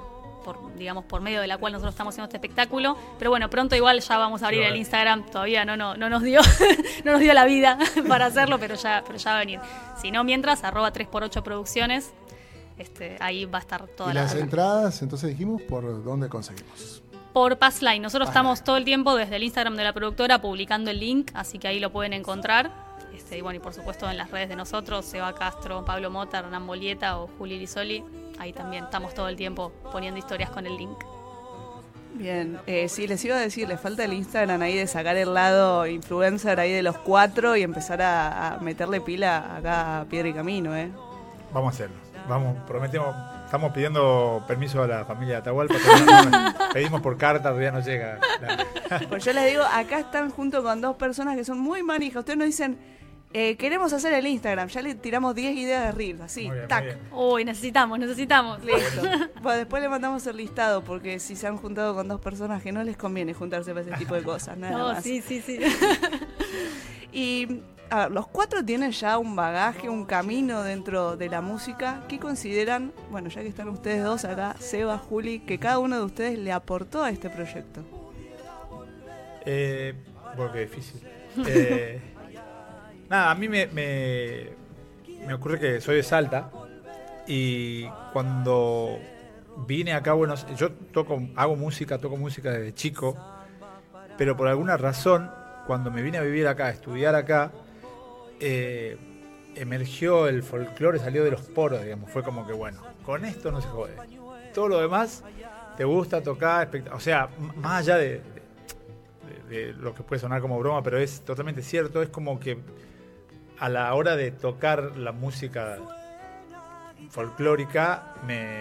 por medio de la cual nosotros estamos haciendo este espectáculo. Pero bueno, pronto igual ya vamos a abrir el Instagram. Todavía no nos dio no nos dio la vida para hacerlo, pero ya va a venir. Si no, mientras, @3x8 Producciones, ahí va a estar toda y las entradas, entonces dijimos, ¿por dónde conseguimos? Por Passline. Nosotros estamos todo el tiempo desde el Instagram de la productora publicando el link, así que ahí lo pueden encontrar. Y bueno, y por supuesto en las redes de nosotros, Seba Castro, Pablo Mota, Hernán Bolieta o Juli Risoli. Ahí también estamos todo el tiempo poniendo historias con el link. Bien, sí, les iba a decir, les falta el Instagram ahí de sacar el lado influencer ahí de los 4 y empezar a meterle pila acá a Piedra y Camino, ¿eh? Vamos a hacerlo. Vamos, prometemos. Estamos pidiendo permiso a la familia de Atahualpa, pero pedimos por carta, todavía no llega. Pues yo les digo, acá están junto con 2 personas que son muy manijas. Ustedes nos dicen, queremos hacer el Instagram, ya le tiramos 10 ideas de reels, así, Muy bien, tac. muy bien. Uy, necesitamos. Listo. Bueno, después le mandamos el listado, porque si se han juntado con 2 personas que no les conviene juntarse para ese tipo de cosas, nada No, más. sí. Y, a ver, los 4 tienen ya un bagaje, un camino dentro de la música. ¿Qué consideran, bueno, ya que están ustedes 2 acá, Seba, Juli, que cada uno de ustedes le aportó a este proyecto? Bueno, qué difícil. Nada, a mí me ocurre que soy de Salta y cuando vine acá, bueno, yo toco música desde chico, pero por alguna razón, cuando me vine a vivir acá, a estudiar acá, emergió el folclore, salió de los poros, digamos, fue como que bueno, con esto no se jode. Todo lo demás te gusta tocar, o sea, más allá de lo que puede sonar como broma, pero es totalmente cierto, es como que a la hora de tocar la música folclórica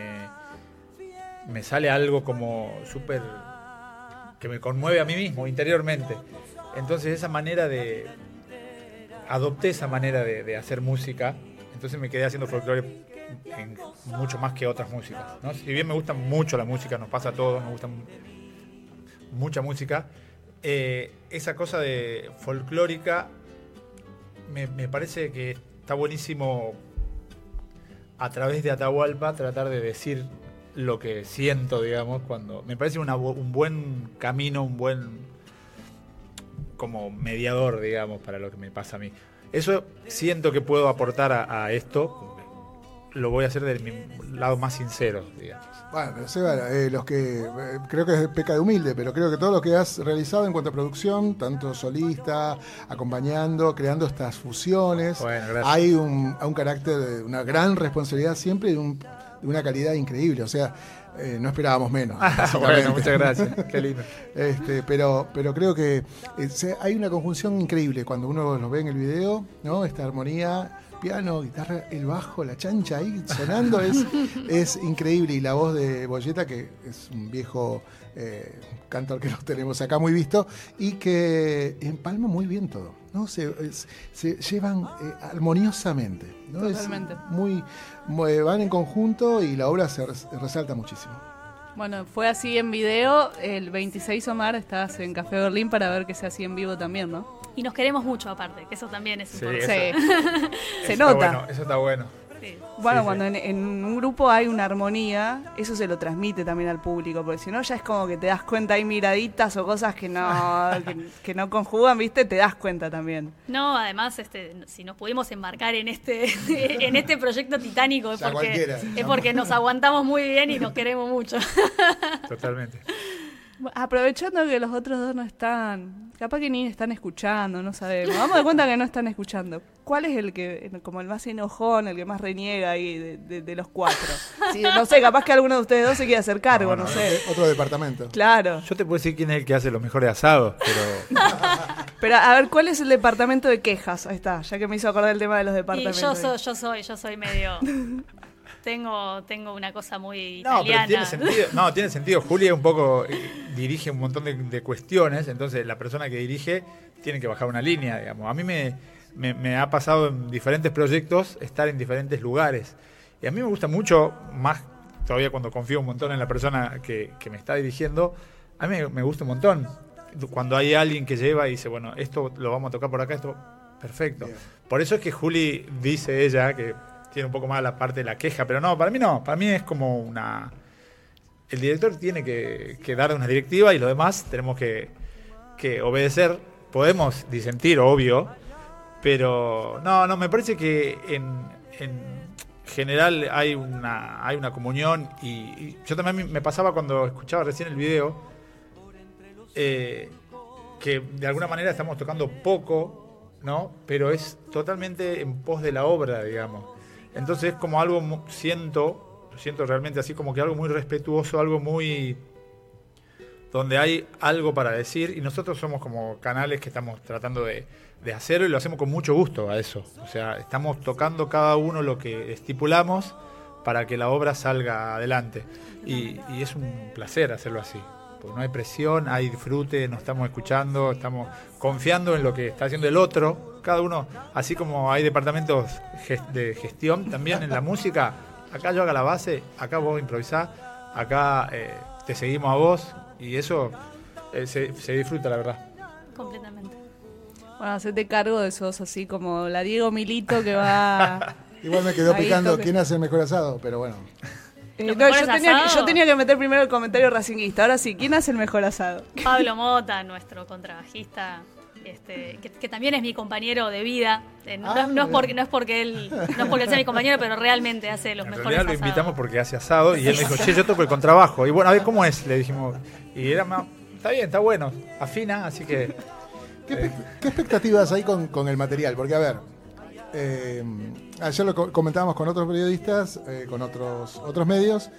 me sale algo como súper que me conmueve a mí mismo interiormente. Entonces adopté esa manera de hacer música, entonces me quedé haciendo folclore en mucho más que otras músicas, ¿no? Si bien me gusta mucho la música, nos pasa a todos, me gusta mucha música, esa cosa de folclórica me parece que está buenísimo a través de Atahualpa tratar de decir lo que siento, digamos, cuando me parece un buen camino, un buen como mediador, digamos, para lo que me pasa a mí. Eso siento que puedo aportar a esto, lo voy a hacer de mi lado más sincero, digamos. Bueno, pero Seba, creo que peca de humilde, pero creo que todo lo que has realizado en cuanto a producción, tanto solista, acompañando, creando estas fusiones, hay un carácter de una gran responsabilidad siempre y de una calidad increíble, o sea, no esperábamos menos. Bueno, muchas gracias, qué lindo. Pero creo que hay una conjunción increíble cuando uno lo ve en el video, ¿no? Esta armonía, piano, guitarra, el bajo, la chancha ahí sonando es increíble, y la voz de Boyeta, que es un viejo cantor que lo tenemos acá muy visto y que empalma muy bien todo, ¿no? Se llevan armoniosamente, ¿no? Totalmente. Van en conjunto y la obra se resalta muchísimo. Bueno, fue así en video. El 26, Omar, estás en Café Berlín para ver que sea así en vivo también, ¿no? Y nos queremos mucho, aparte, que eso también es importante. Se nota. Bueno, eso está bueno. Sí. Bueno, cuando en un grupo hay una armonía, eso se lo transmite también al público, porque si no ya es como que te das cuenta, hay miraditas o cosas que que no conjugan, ¿viste? Te das cuenta también. No, además, si nos pudimos embarcar en este proyecto titánico es porque nos aguantamos muy bien y nos queremos mucho. Totalmente. Aprovechando que los otros dos no están, capaz que ni están escuchando, no sabemos. Vamos de cuenta que no están escuchando. ¿Cuál es el que, como el más enojón, el que más reniega ahí de los cuatro? Sí, no sé, capaz que alguno de ustedes dos se quiere hacer cargo, no sé. Otro departamento. Claro. Yo te puedo decir quién es el que hace los mejores asados, pero... Pero a ver, ¿cuál es el departamento de quejas? Ahí está, ya que me hizo acordar el tema de los departamentos. Y yo soy medio... Tengo una cosa muy italiana. Pero tiene sentido. Julia un poco dirige un montón de cuestiones, entonces la persona que dirige tiene que bajar una línea, digamos. A mí me ha pasado en diferentes proyectos estar en diferentes lugares. Y a mí me gusta mucho, más todavía cuando confío un montón en la persona que me está dirigiendo, a mí me gusta un montón. Cuando hay alguien que lleva y dice, bueno, esto lo vamos a tocar por acá, esto, perfecto. Bien. Por eso es que Juli dice ella que tiene un poco más la parte de la queja, pero no, para mí es como una... El director tiene que dar una directiva y los demás tenemos que obedecer. Podemos disentir, obvio, pero no, me parece que en general hay una comunión y yo también me pasaba cuando escuchaba recién el video que de alguna manera estamos tocando poco, ¿no? Pero es totalmente en pos de la obra, digamos. Entonces es como algo, siento realmente así como que algo muy respetuoso, algo muy... donde hay algo para decir y nosotros somos como canales que estamos tratando de hacerlo y lo hacemos con mucho gusto a eso. O sea, estamos tocando cada uno lo que estipulamos para que la obra salga adelante. Y es un placer hacerlo así. Porque no hay presión, hay disfrute, nos estamos escuchando, estamos confiando en lo que está haciendo el otro. Cada uno, así como hay departamentos de gestión también en la música, acá yo haga la base, acá vos improvisás, acá te seguimos a vos y eso se disfruta, la verdad. Completamente. Bueno, hacete cargo de esos así como la Diego Milito que va... Igual me quedó picando quién hace el mejor asado, pero bueno... yo tenía que meter primero el comentario racinguista. Ahora sí, ¿quién hace el mejor asado? Pablo Mota, nuestro contrabajista, que también es mi compañero de vida. No es porque él sea mi compañero, pero realmente hace los mejores asados. Lo invitamos porque hace asado y él me dijo, che, yo toco el contrabajo. Y bueno, a ver cómo es, le dijimos. Y era más, está bien, está bueno, afina, así que... ¿Qué expectativas hay con el material? Porque, a ver... ayer lo comentábamos con otros periodistas, con otros medios,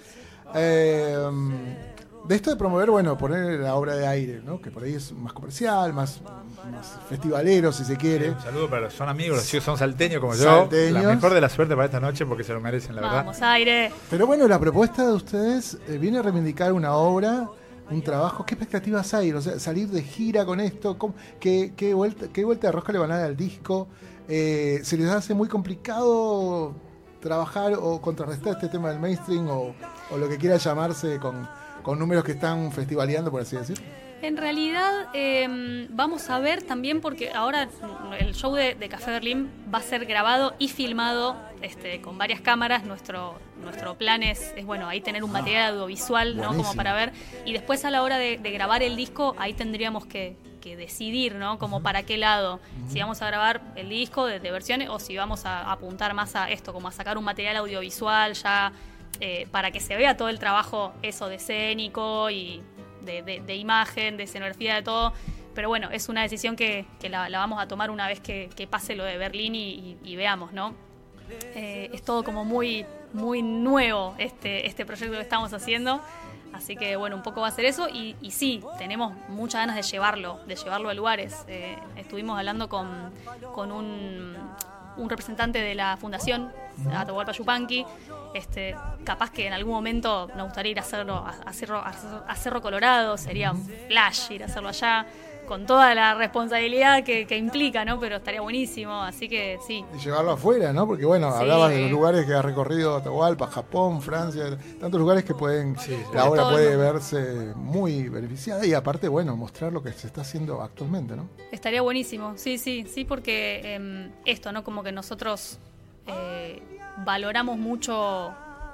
de esto de promover, bueno, poner la obra de aire, ¿no? Que por ahí es más comercial, más festivalero, si se quiere. Un saludo para los son amigos, los chicos son salteños como salteños. yo. La mejor de la suerte para esta noche porque se lo merecen, la verdad. Vamos, aire. Pero bueno, la propuesta de ustedes viene a reivindicar una obra, un trabajo. ¿Qué expectativas hay? O sea, salir de gira con esto, ¿qué vuelta de rosca le van a dar al disco? ¿Se les hace muy complicado trabajar o contrarrestar este tema del mainstream o lo que quiera llamarse con números que están festivaleando, por así decir? En realidad vamos a ver también, porque ahora el show de Café Berlín va a ser grabado y filmado con varias cámaras. Nuestro nuestro plan es bueno, ahí tener un material audiovisual, ¿no? Buenísimo. Como para ver. Y después a la hora de grabar el disco, ahí tendríamos que decidir, ¿no? Como para qué lado. Si vamos a grabar el disco de versiones o si vamos a apuntar más a esto, como a sacar un material audiovisual ya para que se vea todo el trabajo eso de escénico y de imagen, de escenografía, de todo. Pero bueno, es una decisión que la vamos a tomar una vez que pase lo de Berlín y veamos, ¿no? Es todo como muy, muy nuevo este proyecto que estamos haciendo. Así que bueno, un poco va a ser eso y sí, tenemos muchas ganas de llevarlo a lugares. Estuvimos hablando con un representante de la fundación Atahualpa Yupanqui. Capaz que en algún momento nos gustaría ir a hacerlo a Cerro Colorado, sería un flash ir a hacerlo allá, con toda la responsabilidad que implica, ¿no? Pero estaría buenísimo, así que sí. Y llevarlo afuera, ¿no? Porque bueno, Sí. hablabas de los lugares que ha recorrido Atahualpa, Japón, Francia, tantos lugares que pueden, la obra Todo puede el mundo. verse muy beneficiada y aparte, bueno, mostrar lo que se está haciendo actualmente, ¿no? Estaría buenísimo, sí, porque esto, ¿no? Como que nosotros valoramos mucho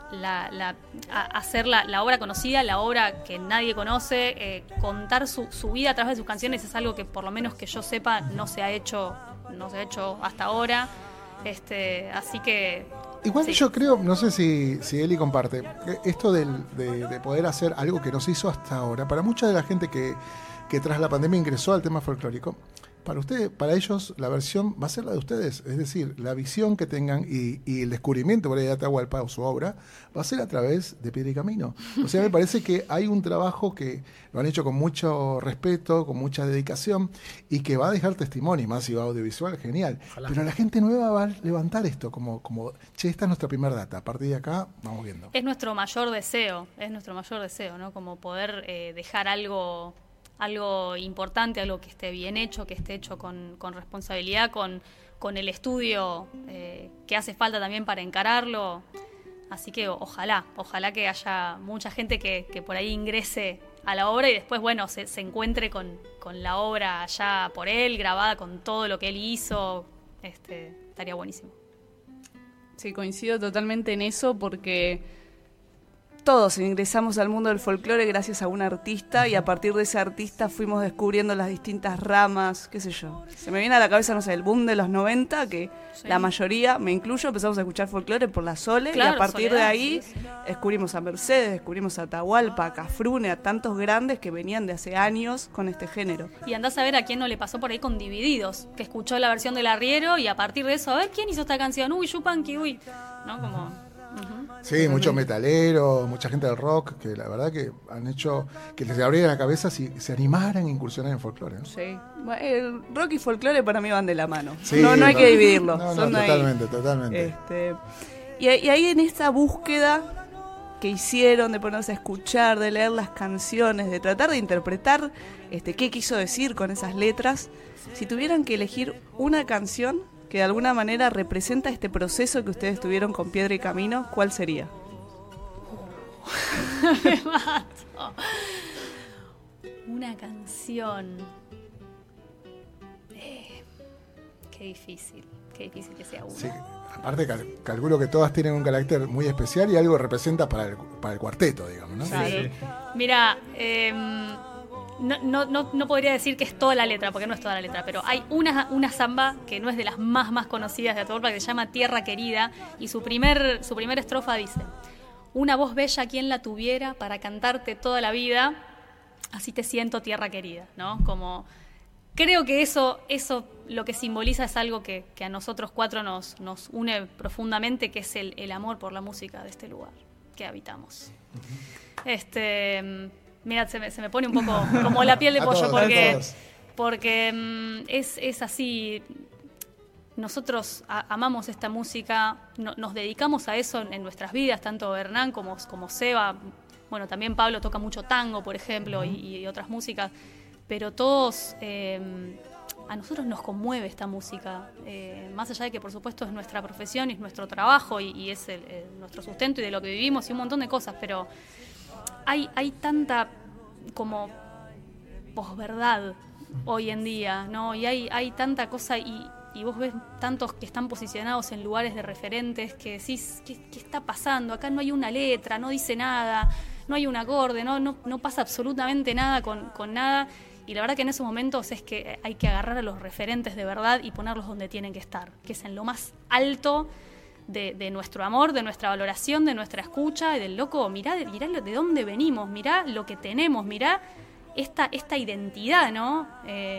hacer la obra conocida, la obra que nadie conoce, contar su vida a través de sus canciones es algo que por lo menos que yo sepa no se ha hecho hasta ahora, así que Igual sí. yo creo, no sé si Eli comparte, esto de poder hacer algo que no se hizo hasta ahora, para mucha de la gente que tras la pandemia ingresó al tema folclórico, para ellos la versión va a ser la de ustedes, es decir, la visión que tengan y el descubrimiento por ahí de Atahualpa o su obra va a ser a través de Piedra y Camino. O sea, me parece que hay un trabajo que lo han hecho con mucho respeto, con mucha dedicación y que va a dejar testimonio, más si va audiovisual, genial. Ojalá. Pero la gente nueva va a levantar esto como che, esta es nuestra primera data, a partir de acá vamos viendo. es nuestro mayor deseo, ¿no? Como poder dejar algo importante, algo que esté bien hecho, que esté hecho con responsabilidad, con el estudio que hace falta también para encararlo. Así que ojalá que haya mucha gente que por ahí ingrese a la obra y después, bueno, se encuentre con la obra ya por él, grabada con todo lo que él hizo. Estaría buenísimo. Sí, coincido totalmente en eso porque todos ingresamos al mundo del folclore gracias a un artista y a partir de ese artista fuimos descubriendo las distintas ramas, qué sé yo. Se me viene a la cabeza, no sé, el boom de los 90, que Sí. la mayoría, me incluyo, empezamos a escuchar folclore por la Sole Claro, y a partir de Soledad, ahí sí, sí. descubrimos a Mercedes, descubrimos a Atahualpa, a Cafrune, a tantos grandes que venían de hace años con este género. Y andás a ver a quién no le pasó por ahí con Divididos, que escuchó la versión del Arriero y a partir de eso, a ver quién hizo esta canción, uy, Yupanqui, uy, ¿no? Como... ujú. Sí, muchos metaleros, mucha gente del rock, que la verdad que han hecho que les abriera la cabeza si se animaran a incursionar en folclore, ¿no? Sí. Bueno, el rock y folclore para mí van de la mano. Sí, no hay que dividirlo. No, son ahí. totalmente. Y ahí en esta búsqueda que hicieron de ponerse a escuchar, de leer las canciones, de tratar de interpretar qué quiso decir con esas letras, si tuvieran que elegir una canción que de alguna manera representa este proceso que ustedes tuvieron con Piedra y Camino, ¿cuál sería? Me mato. Una canción. Qué difícil que sea una. Sí, aparte calculo que todas tienen un carácter muy especial y algo representa para el cuarteto, digamos, ¿no? Claro. Sí. Mira, no podría decir que es toda la letra, porque no es toda la letra, pero hay una samba que no es de las más conocidas de Atahualpa, que se llama Tierra Querida, y su primer estrofa dice: una voz bella quien la tuviera para cantarte toda la vida, así te siento tierra querida, ¿no? Como creo que eso lo que simboliza es algo que a nosotros cuatro nos une profundamente, que es el amor por la música de este lugar que habitamos. Mira, se me pone un poco como la piel de A pollo, todos, a todos. porque es así. Nosotros amamos esta música, nos dedicamos a eso en nuestras vidas, tanto Hernán como Seba. Bueno, también Pablo toca mucho tango, por ejemplo, y otras músicas, pero todos, a nosotros nos conmueve esta música, más allá de que por supuesto es nuestra profesión, es nuestro trabajo y es nuestro sustento y de lo que vivimos y un montón de cosas, pero hay tanta como posverdad hoy en día, ¿no? Y hay tanta cosa y y vos ves tantos que están posicionados en lugares de referentes que decís, ¿qué está pasando? Acá no hay una letra, no dice nada, no hay un acorde, no pasa absolutamente nada con nada. Y la verdad que en esos momentos es que hay que agarrar a los referentes de verdad y ponerlos donde tienen que estar, que es en lo más alto de nuestro amor, de nuestra valoración, de nuestra escucha, y del loco, mirá de dónde venimos, mirá lo que tenemos, mirá esta identidad, ¿no?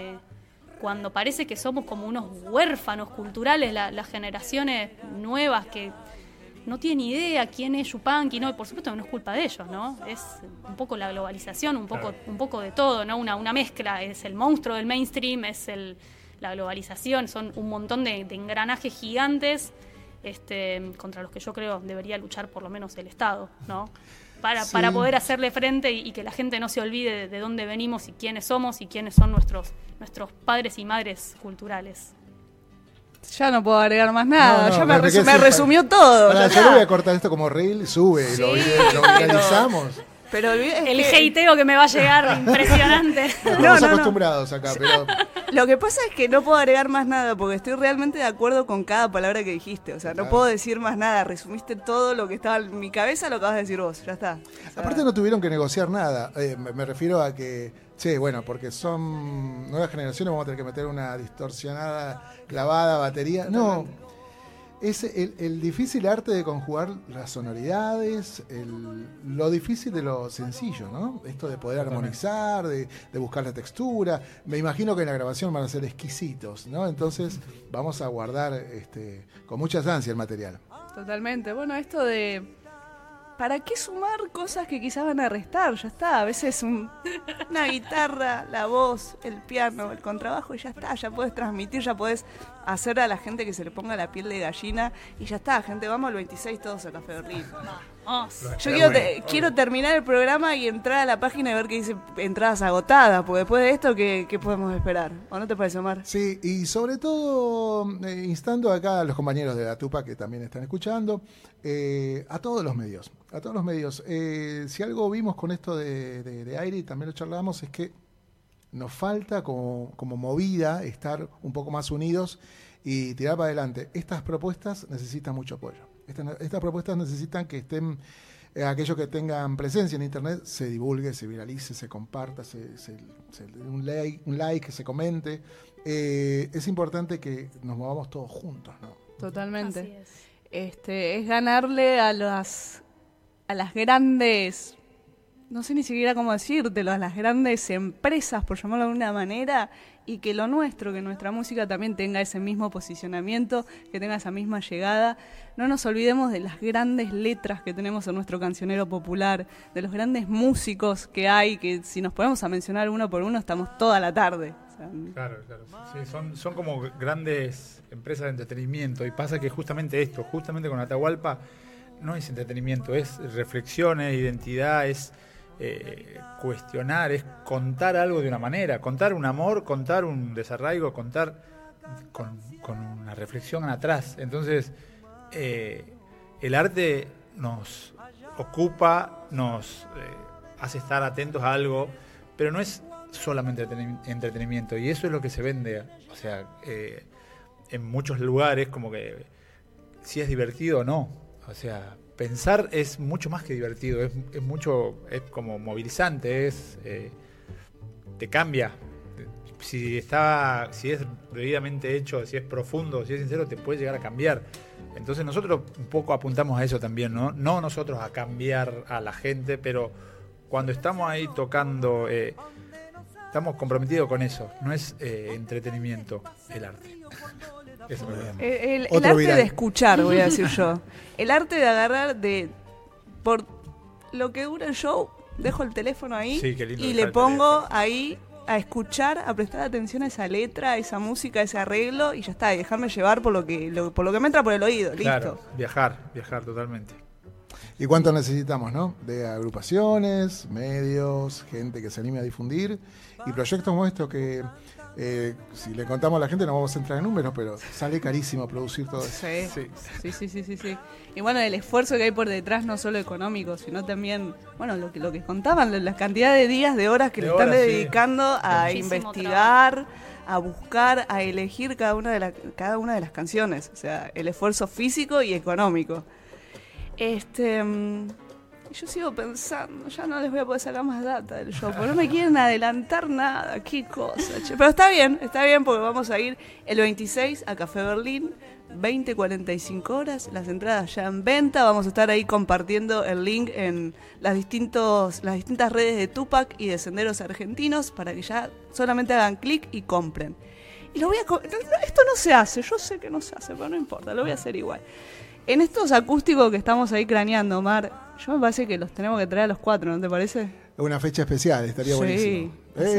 Cuando parece que somos como unos huérfanos culturales, las generaciones nuevas que no tienen idea quién es Yupanqui, ¿no? Y por supuesto que no es culpa de ellos, ¿no? Es un poco la globalización, un poco de todo, ¿no? Una mezcla, es el monstruo del mainstream, es la globalización, son un montón de engranajes gigantes contra los que yo creo debería luchar por lo menos el Estado, ¿no? Para poder hacerle frente y que la gente no se olvide de dónde venimos y quiénes somos y quiénes son nuestros padres y madres culturales. Ya no puedo agregar más nada, ya me sí, resumió todo. Yo le voy a cortar esto como reel, sube, sí, lo viralizamos. Pero el hateo que me va a llegar impresionante. Estamos acostumbrados acá, pero... Lo que pasa es que no puedo agregar más nada porque estoy realmente de acuerdo con cada palabra que dijiste. O sea, no puedo decir más nada. Resumiste todo lo que estaba en mi cabeza, lo acabas de decir vos. Ya está. O sea, aparte no tuvieron que negociar nada. Me refiero a que, porque son nuevas generaciones, vamos a tener que meter una distorsionada, clavada, batería. No. Es el difícil arte de conjugar las sonoridades, lo difícil de lo sencillo, ¿no? Esto de poder armonizar, de buscar la textura. Me imagino que en la grabación van a ser exquisitos, ¿no? Entonces vamos a guardar con mucha ansia el material. Totalmente. Bueno, esto de... ¿Para qué sumar cosas que quizás van a restar? Ya está, a veces una guitarra, la voz, el piano, el contrabajo y ya está, ya puedes transmitir, ya puedes hacer a la gente que se le ponga la piel de gallina y ya está, gente, vamos al 26 todos a Café Berlín. Yo quiero terminar el programa y entrar a la página y ver que dice entradas agotadas, porque después de esto, ¿qué podemos esperar? ¿O no te parece, Omar? Sí, y sobre todo, instando acá a los compañeros de la Tupa que también están escuchando, a todos los medios. Si algo vimos con esto de aire, y también lo charlamos, es que nos falta como movida estar un poco más unidos y tirar para adelante. Estas propuestas necesitan mucho apoyo. Estas propuestas necesitan que estén, aquellos que tengan presencia en internet, se divulgue, se viralice, se comparta, un like, se comente. Es importante que nos movamos todos juntos, ¿no? Totalmente. Así es. Es ganarle a las grandes, no sé ni siquiera cómo decírtelo, a las grandes empresas, por llamarlo de alguna manera, y que que nuestra música también tenga ese mismo posicionamiento, que tenga esa misma llegada. No nos olvidemos de las grandes letras que tenemos en nuestro cancionero popular, de los grandes músicos que hay, que si nos ponemos a mencionar uno por uno estamos toda la tarde. O sea, claro. Sí, son como grandes empresas de entretenimiento, y pasa que justamente con Atahualpa, no es entretenimiento, es reflexión, es identidad, es cuestionar, es contar algo de una manera, contar un amor, contar un desarraigo, contar con una reflexión atrás. Entonces, el arte nos ocupa, nos hace estar atentos a algo, pero no es solamente entretenimiento, y eso es lo que se vende. O sea, en muchos lugares, como que si es divertido o no. O sea, pensar es mucho más que divertido, es como movilizante, te cambia. Si es debidamente hecho, si es profundo, si es sincero, te puede llegar a cambiar. Entonces nosotros un poco apuntamos a eso también, ¿no? No nosotros a cambiar a la gente, pero cuando estamos ahí tocando, estamos comprometidos con eso. No es entretenimiento el arte. El arte de escuchar, voy a decir yo. El arte de agarrar por lo que dura el show, dejo el teléfono ahí y le pongo ahí a escuchar, a prestar atención a esa letra, a esa música, a ese arreglo y ya está, y dejarme llevar por lo que me entra por el oído, listo. Claro, viajar totalmente. ¿Y cuánto necesitamos, no? De agrupaciones, medios, gente que se anime a difundir y proyectos como estos que... si le contamos a la gente no vamos a entrar en números, pero sale carísimo producir todo eso. Sí. Y bueno, el esfuerzo que hay por detrás, no solo económico, sino también, bueno, lo que contaban, la cantidad de días, de horas que le están dedicando a investigar, a buscar, a elegir cada una de las canciones. O sea, el esfuerzo físico y económico. Yo sigo pensando, ya no les voy a poder sacar más data del show, porque no me quieren adelantar nada, qué cosa, che. Pero está bien, porque vamos a ir el 26 a Café Berlín, 20-45 horas, las entradas ya en venta, vamos a estar ahí compartiendo el link en las distintas redes de Tupac y de Senderos Argentinos, para que ya solamente hagan clic y compren. Y lo voy a... Esto no se hace, yo sé que no se hace, pero no importa, lo voy a hacer igual. En estos acústicos que estamos ahí craneando, Omar, yo me parece que los tenemos que traer a los 4, ¿no te parece? Una fecha especial, estaría buenísimo.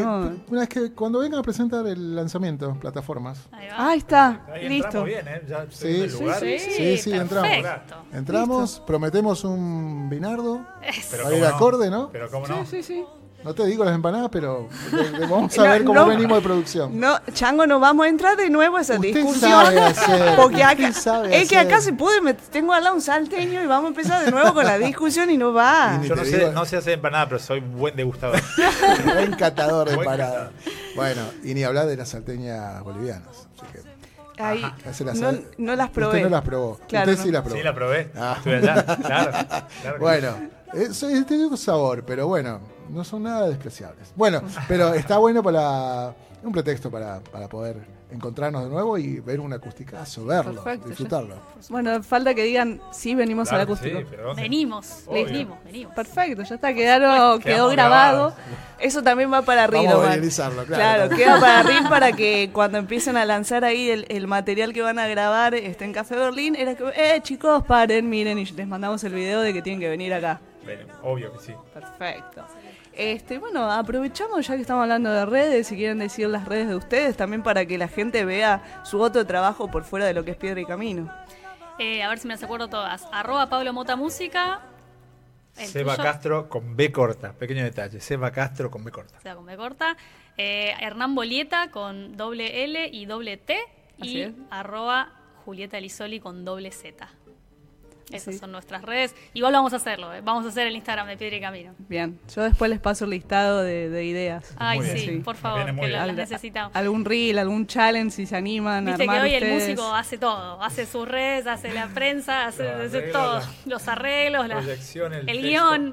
Una vez que cuando vengan a presentar el lanzamiento, plataformas. Ahí está, Ahí listo. Bien, ¿eh? Ya Sí, el lugar. Sí, entramos. Entramos, Listo. prometemos un vinardo, Pero para ir cómo no. acorde, ¿no? Pero cómo no. Sí. No te digo las empanadas, pero vamos a ver cómo venimos de producción. No, Chango, no vamos a entrar de nuevo a esa Usted discusión. sabe hacer, Porque usted acá, sabe es que hacer. acá se puede, tengo al lado un salteño y vamos a empezar de nuevo con la discusión y no va. Y Yo te no digo- sé hacer empanada, pero soy buen degustador. Buen catador de Buen empanadas. Bueno, y ni hablar de las salteñas bolivianas. Así que Ahí, se las no, sabe. no las probé. Usted no las probó. Claro, Usted sí no. las probó. Sí, la probé. Ah. Estuve allá. Claro. Que Bueno, tiene un sabor, pero bueno, no son nada despreciables. Bueno, pero está bueno para un pretexto para poder encontrarnos de nuevo y ver un acusticazo, verlo, Perfecto, disfrutarlo. Bueno, falta que digan, sí, venimos al Claro, acústico. sí, pero ¿dónde? Venimos. Obvio. Perfecto, ya está, quedó Quedamos grabado. grabados. Eso también va para Vamos Rilo, a man. viralizarlo, Claro, queda para RIL para que cuando empiecen a lanzar ahí el material que van a grabar en Café Berlín, era que, chicos, paren, miren, y les mandamos el video de que tienen que venir acá. Bueno, obvio que sí. Perfecto. Bueno, aprovechamos ya que estamos hablando de redes, si quieren decir las redes de ustedes, también para que la gente vea su otro trabajo por fuera de lo que es Piedra y Camino. A ver si me las acuerdo todas. @Pablo Mota Música. El Seba tuyo. Castro con B corta. Pequeño detalle. Seba Castro con B corta. O sea, con B corta. Hernán Bolieta con doble L y doble T. Así Y es. @Julieta Lisoli con doble Z. Esas Sí. son nuestras redes. Igual vamos a hacerlo. Vamos a hacer el Instagram de Piedra y Camino. Bien, yo después les paso el listado de ideas. Ay, Muy sí, bien. por Me favor, viene muy que bien. las necesitamos. Algún reel, algún challenge, si se animan a Viste que armar hoy el ustedes. músico hace todo, hace sus redes, hace la prensa, hace Los arreglos, todo, la los arreglos, proyección, el el texto. guión,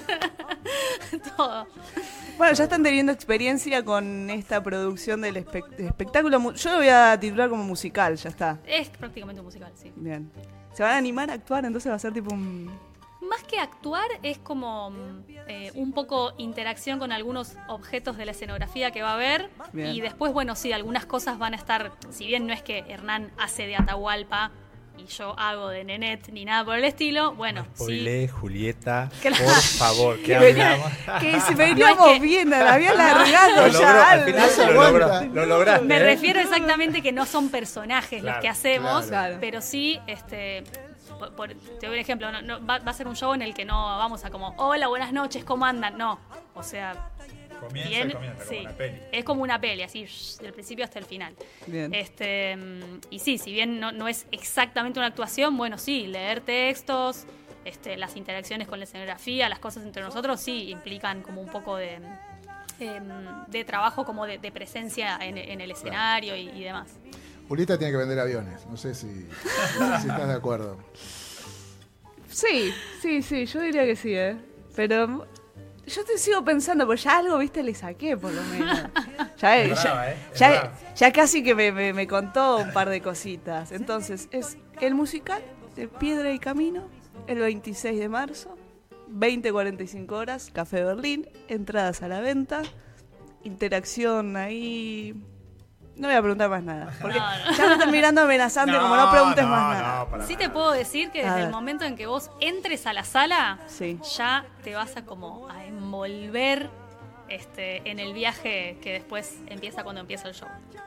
todo. Bueno, ya están teniendo experiencia con esta producción del espectáculo. Yo lo voy a titular como musical, ya está. Es prácticamente un musical, sí. Bien. ¿Se van a animar a actuar? Entonces va a ser tipo un... Más que actuar, es como un poco interacción con algunos objetos de la escenografía que va a haber. Bien. Y después, bueno, sí, algunas cosas van a estar, si bien no es que Hernán hace de Atahualpa y yo hago de Nenet ni nada por el estilo, bueno, sí. Spoilé, Julieta, Claro. por favor, que venía- hablamos. Que si veníamos bien, la había largado Lo logró, ya. al algo. final se lo aguanta. lograste. Me ¿eh? refiero exactamente que no son personajes Claro, los que hacemos, claro. pero sí, te doy un ejemplo, va a ser un show en el que no vamos a como, hola, buenas noches, ¿cómo andan? No, o sea, Comienza como una peli. es como una peli, así, del principio hasta el final. Bien. Y sí, si bien no es exactamente una actuación, bueno, sí, leer textos, las interacciones con la escenografía, las cosas entre nosotros, sí, implican como un poco de trabajo, como de presencia en el escenario y demás. Julieta tiene que vender aviones. No sé si estás de acuerdo. Sí, yo diría que sí, Pero yo te sigo pensando, pues ya algo, viste, le saqué por lo menos. Es brava, es brava. Ya casi que me contó un par de cositas. Entonces, es el musical de Piedra y Camino, el 26 de marzo, 20-45 horas, Café Berlín, entradas a la venta, interacción ahí... No voy a preguntar más nada, porque No. ya me están mirando amenazante, como no preguntes más nada. para Sí nada. te puedo decir que A desde el ver. momento en que vos entres a la sala, Sí. ya te vas a como a envolver en el viaje que después empieza cuando empieza el show.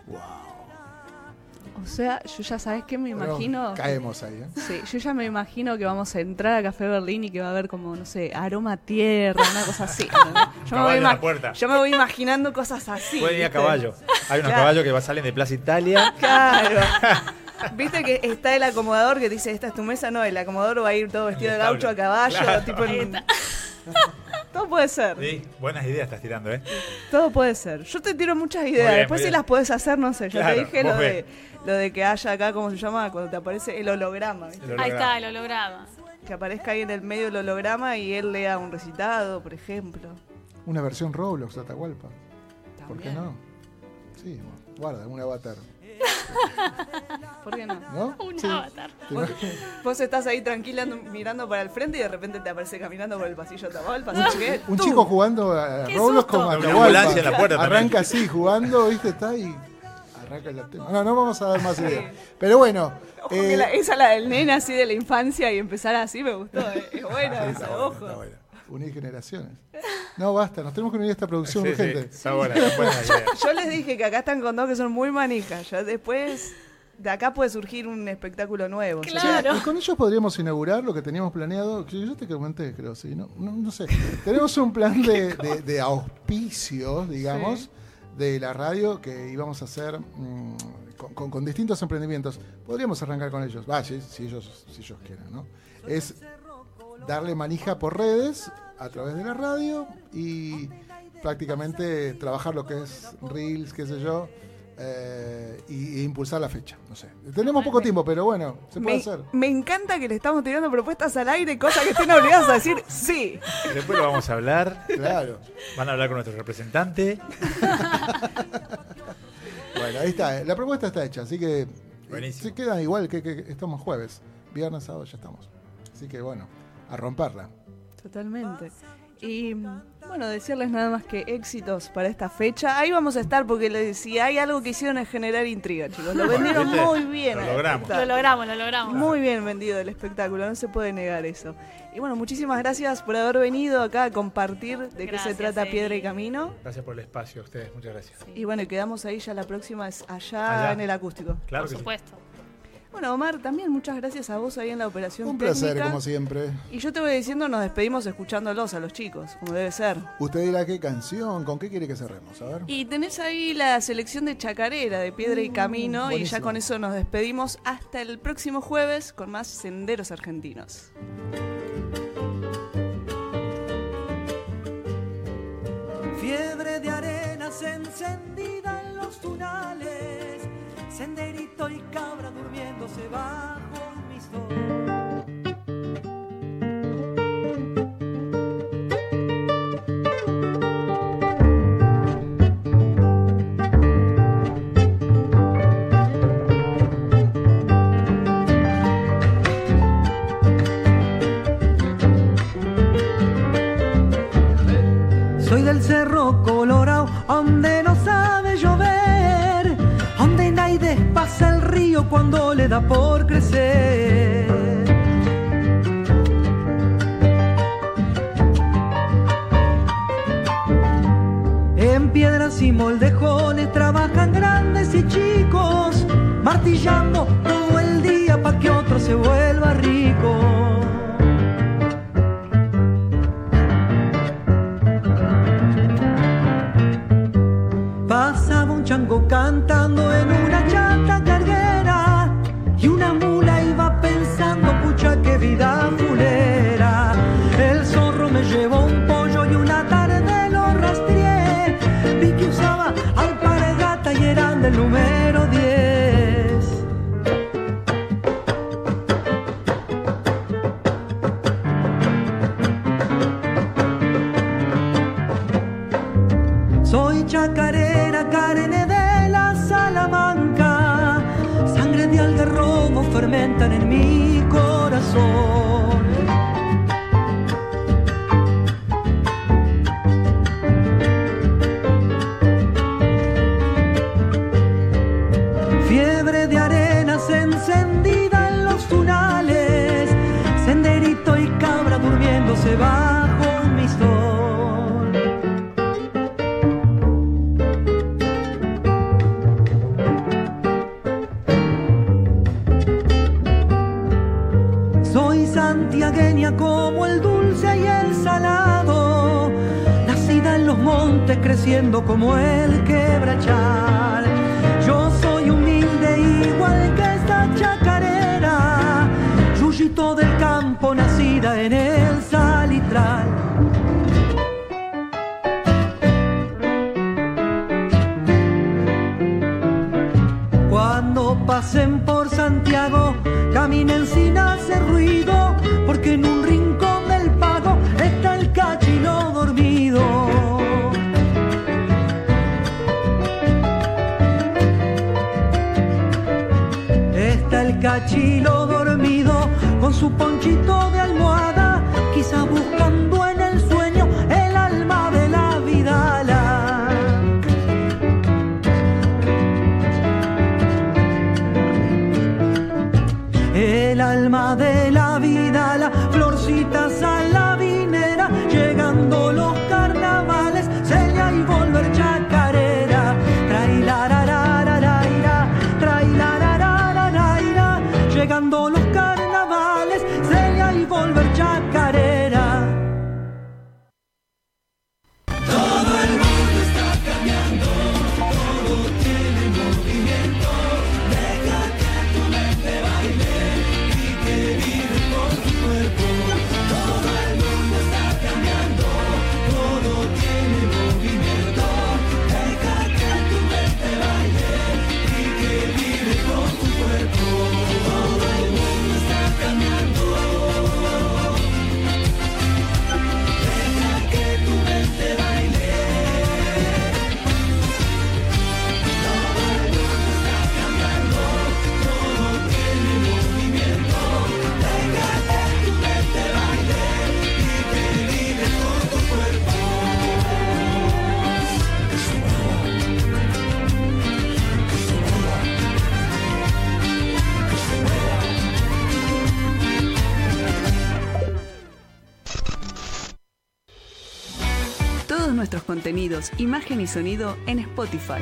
O sea, yo ya sabes que me Pero imagino... caemos ahí, ¿eh? Sí, yo ya me imagino que vamos a entrar a Café Berlín y que va a haber como, no sé, aroma a tierra, una cosa así. ¿entendés? Caballo en la puerta. Yo me voy imaginando cosas así. Pueden ir a ¿viste? caballo. Hay unos Claro. caballos que salen de Plaza Italia. Claro. Viste que está el acomodador que dice, esta es tu mesa. No, el acomodador va a ir todo vestido de En el gaucho a establo. caballo, Claro. tipo Ahí en... está. Todo puede ser. Sí, buenas ideas estás tirando, ¿eh? Todo puede ser. Yo te tiro muchas ideas. Bien, Después si las podés hacer, no sé. Ya Claro, te dije vos lo de que haya acá, ¿cómo se llama? Cuando te aparece el holograma. ¿viste? Ahí está, el holograma. Que aparezca ahí en el medio el holograma y él lea un recitado, por ejemplo. Una versión Roblox de Atahualpa. ¿Por qué También. no? Sí, guarda, un avatar. ¿Por qué no? ¿No? Un Sí. avatar. Vos estás ahí tranquila mirando para el frente y de repente te aparece caminando por el pasillo de Atahualpa. ¿Qué? Un Tú. chico jugando a ¡Qué Roblox susto! con Una Atahualpa. ambulancia en la puerta también. Arranca así, jugando, ¿viste? Está y arranca el tema. No vamos a dar más ideas. Pero bueno. Ojo que esa la del nene así de la infancia y empezar así me gustó. Es buena está esa, bueno, ojo. está bueno. Unir generaciones. No, basta, nos tenemos que unir a esta producción Sí, urgente. sí, está buena idea. Yo les dije que acá están con dos que son muy manijas. Ya después de acá puede surgir un espectáculo nuevo. Claro. Y con ellos podríamos inaugurar lo que teníamos planeado. Yo te comenté, creo, sí. No sé. Tenemos un plan de auspicios, digamos, de la radio que íbamos a hacer con distintos emprendimientos. Podríamos arrancar con ellos. Si ellos quieren, ¿no? Es darle manija por redes a través de la radio y prácticamente trabajar lo que es Reels, qué sé yo, y impulsar la fecha. No sé. Tenemos poco tiempo, pero bueno, se puede hacer. Me encanta que le estamos tirando propuestas al aire, cosas que estén obligados a decir sí. Después lo vamos a hablar. Claro. Van a hablar con nuestro representante. Bueno, ahí está. La propuesta está hecha, así que Buenísimo. se queda igual que estamos jueves. Viernes, sábado ya estamos. Así que bueno, a romperla. Totalmente. Y bueno, decirles nada más que éxitos para esta fecha. Ahí vamos a estar porque si hay algo que hicieron es generar intriga, chicos. Lo vendieron ¿viste? muy bien. Lo al logramos. Lo espectáculo. logramos. Muy bien vendido el espectáculo, no se puede negar eso. Y bueno, muchísimas gracias por haber venido acá a compartir de qué se Gracias, trata Eli. Piedra y Camino. Gracias por el espacio a ustedes. Muchas gracias. Y bueno, y quedamos ahí, ya la próxima es allá. En el acústico. Claro Por que sí. supuesto. Bueno, Omar, también muchas gracias a vos ahí en la operación Un placer, técnica. como siempre. Y yo te voy diciendo, nos despedimos escuchándolos a los chicos, como debe ser. Usted dirá qué canción, con qué quiere que cerremos, a ver. Y tenés ahí la selección de Chacarera, de Piedra y Camino, y ya buenísimo. con eso nos despedimos hasta el próximo jueves con más Senderos Argentinos. Fiebre de arenas encendida en los tunales, senderito y cabra durmiéndose bajo mi sol. Soy del Cerro Colorado, donde no sabe llover, donde nadie pasa el río cuando le da por crecer. En piedras y moldejones trabajan grandes y chicos, martillando todo el día para que otro se vuelva rico. Pasaba un chango cantando en una chata carguera y una mula iba pensando, pucha, qué vida fulera. El zorro me llevó un pollo y una tarde lo rastreé. Vi que usaba alpargata y eran del número 10. Soy chacarera, carne de la Salamanca, sangre de algarrobo fermentan en mi corazón. Fiebre de arenas encendida en los tunales, senderito y cabra durmiéndose bajo mi sol. Soy santiagueña como el dulce y el salado, nacida en los montes creciendo como el quebrachal. Yo soy humilde igual que esta chacarera, yuyito del campo nacida en el salitral. pasen por Santiago, caminen sin hacer ruido, porque en un rincón del pago está el cachilo dormido. Está el cachilo dormido con su ponchito de almohada, quizá buscando en el sueño el alma de la vidala. El alma de la vidala, florcitas a la vinera, llegando los carnavales, Celia y volver chacarera. Trailararararaira, trailararararaira, llegando los carnavales, Celia y volver chacarera. Todo el mundo está cambiando, todo tiene movimiento. Deja que tu mente baile y que vive con tu cuerpo. Todo el mundo está cambiando, todo tiene movimiento. Deja que tu mente baile y que vive con tu cuerpo. Todo el mundo está cambiando. Deja que tu mente baile. Todo el mundo está cambiando, todo tiene movimiento. Deja que tu mente baile y que vive con tu cuerpo. Que se mueva, que se mueva, que se mueva. Todos nuestros contenidos, imagen y sonido en Spotify.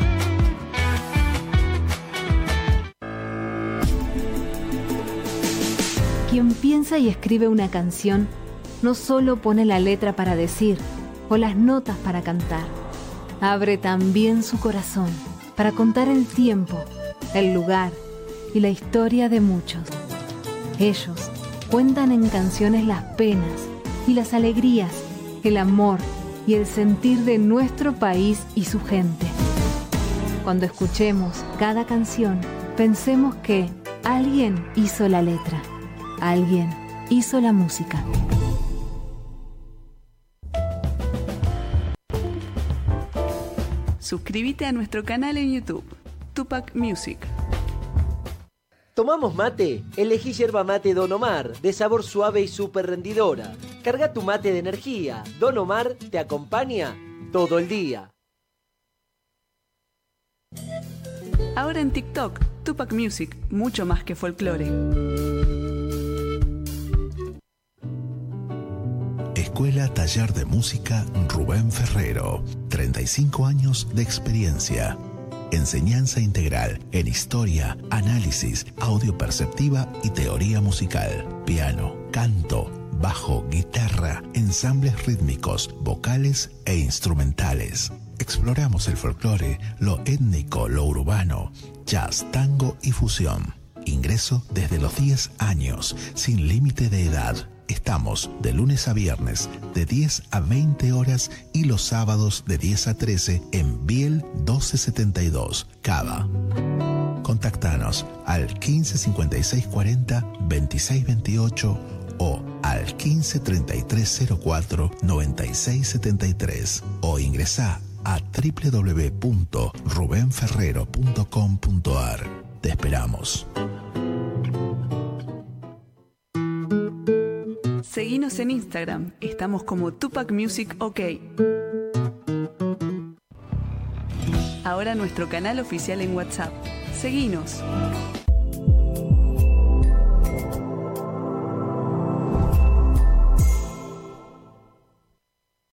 Quien piensa y escribe una canción no solo pone la letra para decir o las notas para cantar, abre también su corazón para contar el tiempo, el lugar y la historia de muchos. Ellos cuentan en canciones las penas y las alegrías, el amor y el sentir de nuestro país y su gente. Cuando escuchemos cada canción, pensemos que alguien hizo la letra, alguien hizo la música. Suscríbete a nuestro canal en YouTube, Tupac Music. ¿Tomamos mate? Elegí yerba mate Don Omar, de sabor suave y súper rendidora. Carga tu mate de energía. Don Omar te acompaña todo el día. Ahora en TikTok, Tupac Music, mucho más que folclore. Escuela Taller de Música Rubén Ferrero. 35 años de experiencia. Enseñanza integral en historia, análisis, audio perceptiva y teoría musical. Piano, canto, bajo, guitarra, ensambles rítmicos, vocales e instrumentales. Exploramos el folclore, lo étnico, lo urbano, jazz, tango y fusión. Ingreso desde los 10 años, sin límite de edad. Estamos de lunes a viernes de 10 a 20 horas y los sábados de 10 a 13 en Biel 1272, Cava. Contactanos al 15 56 40 26 28 o al 15 33 04 96 73 o ingresá a www.rubenferrero.com.ar. Te esperamos. Seguinos en Instagram, estamos como Tupac Music OK. Ahora nuestro canal oficial en WhatsApp. Seguinos.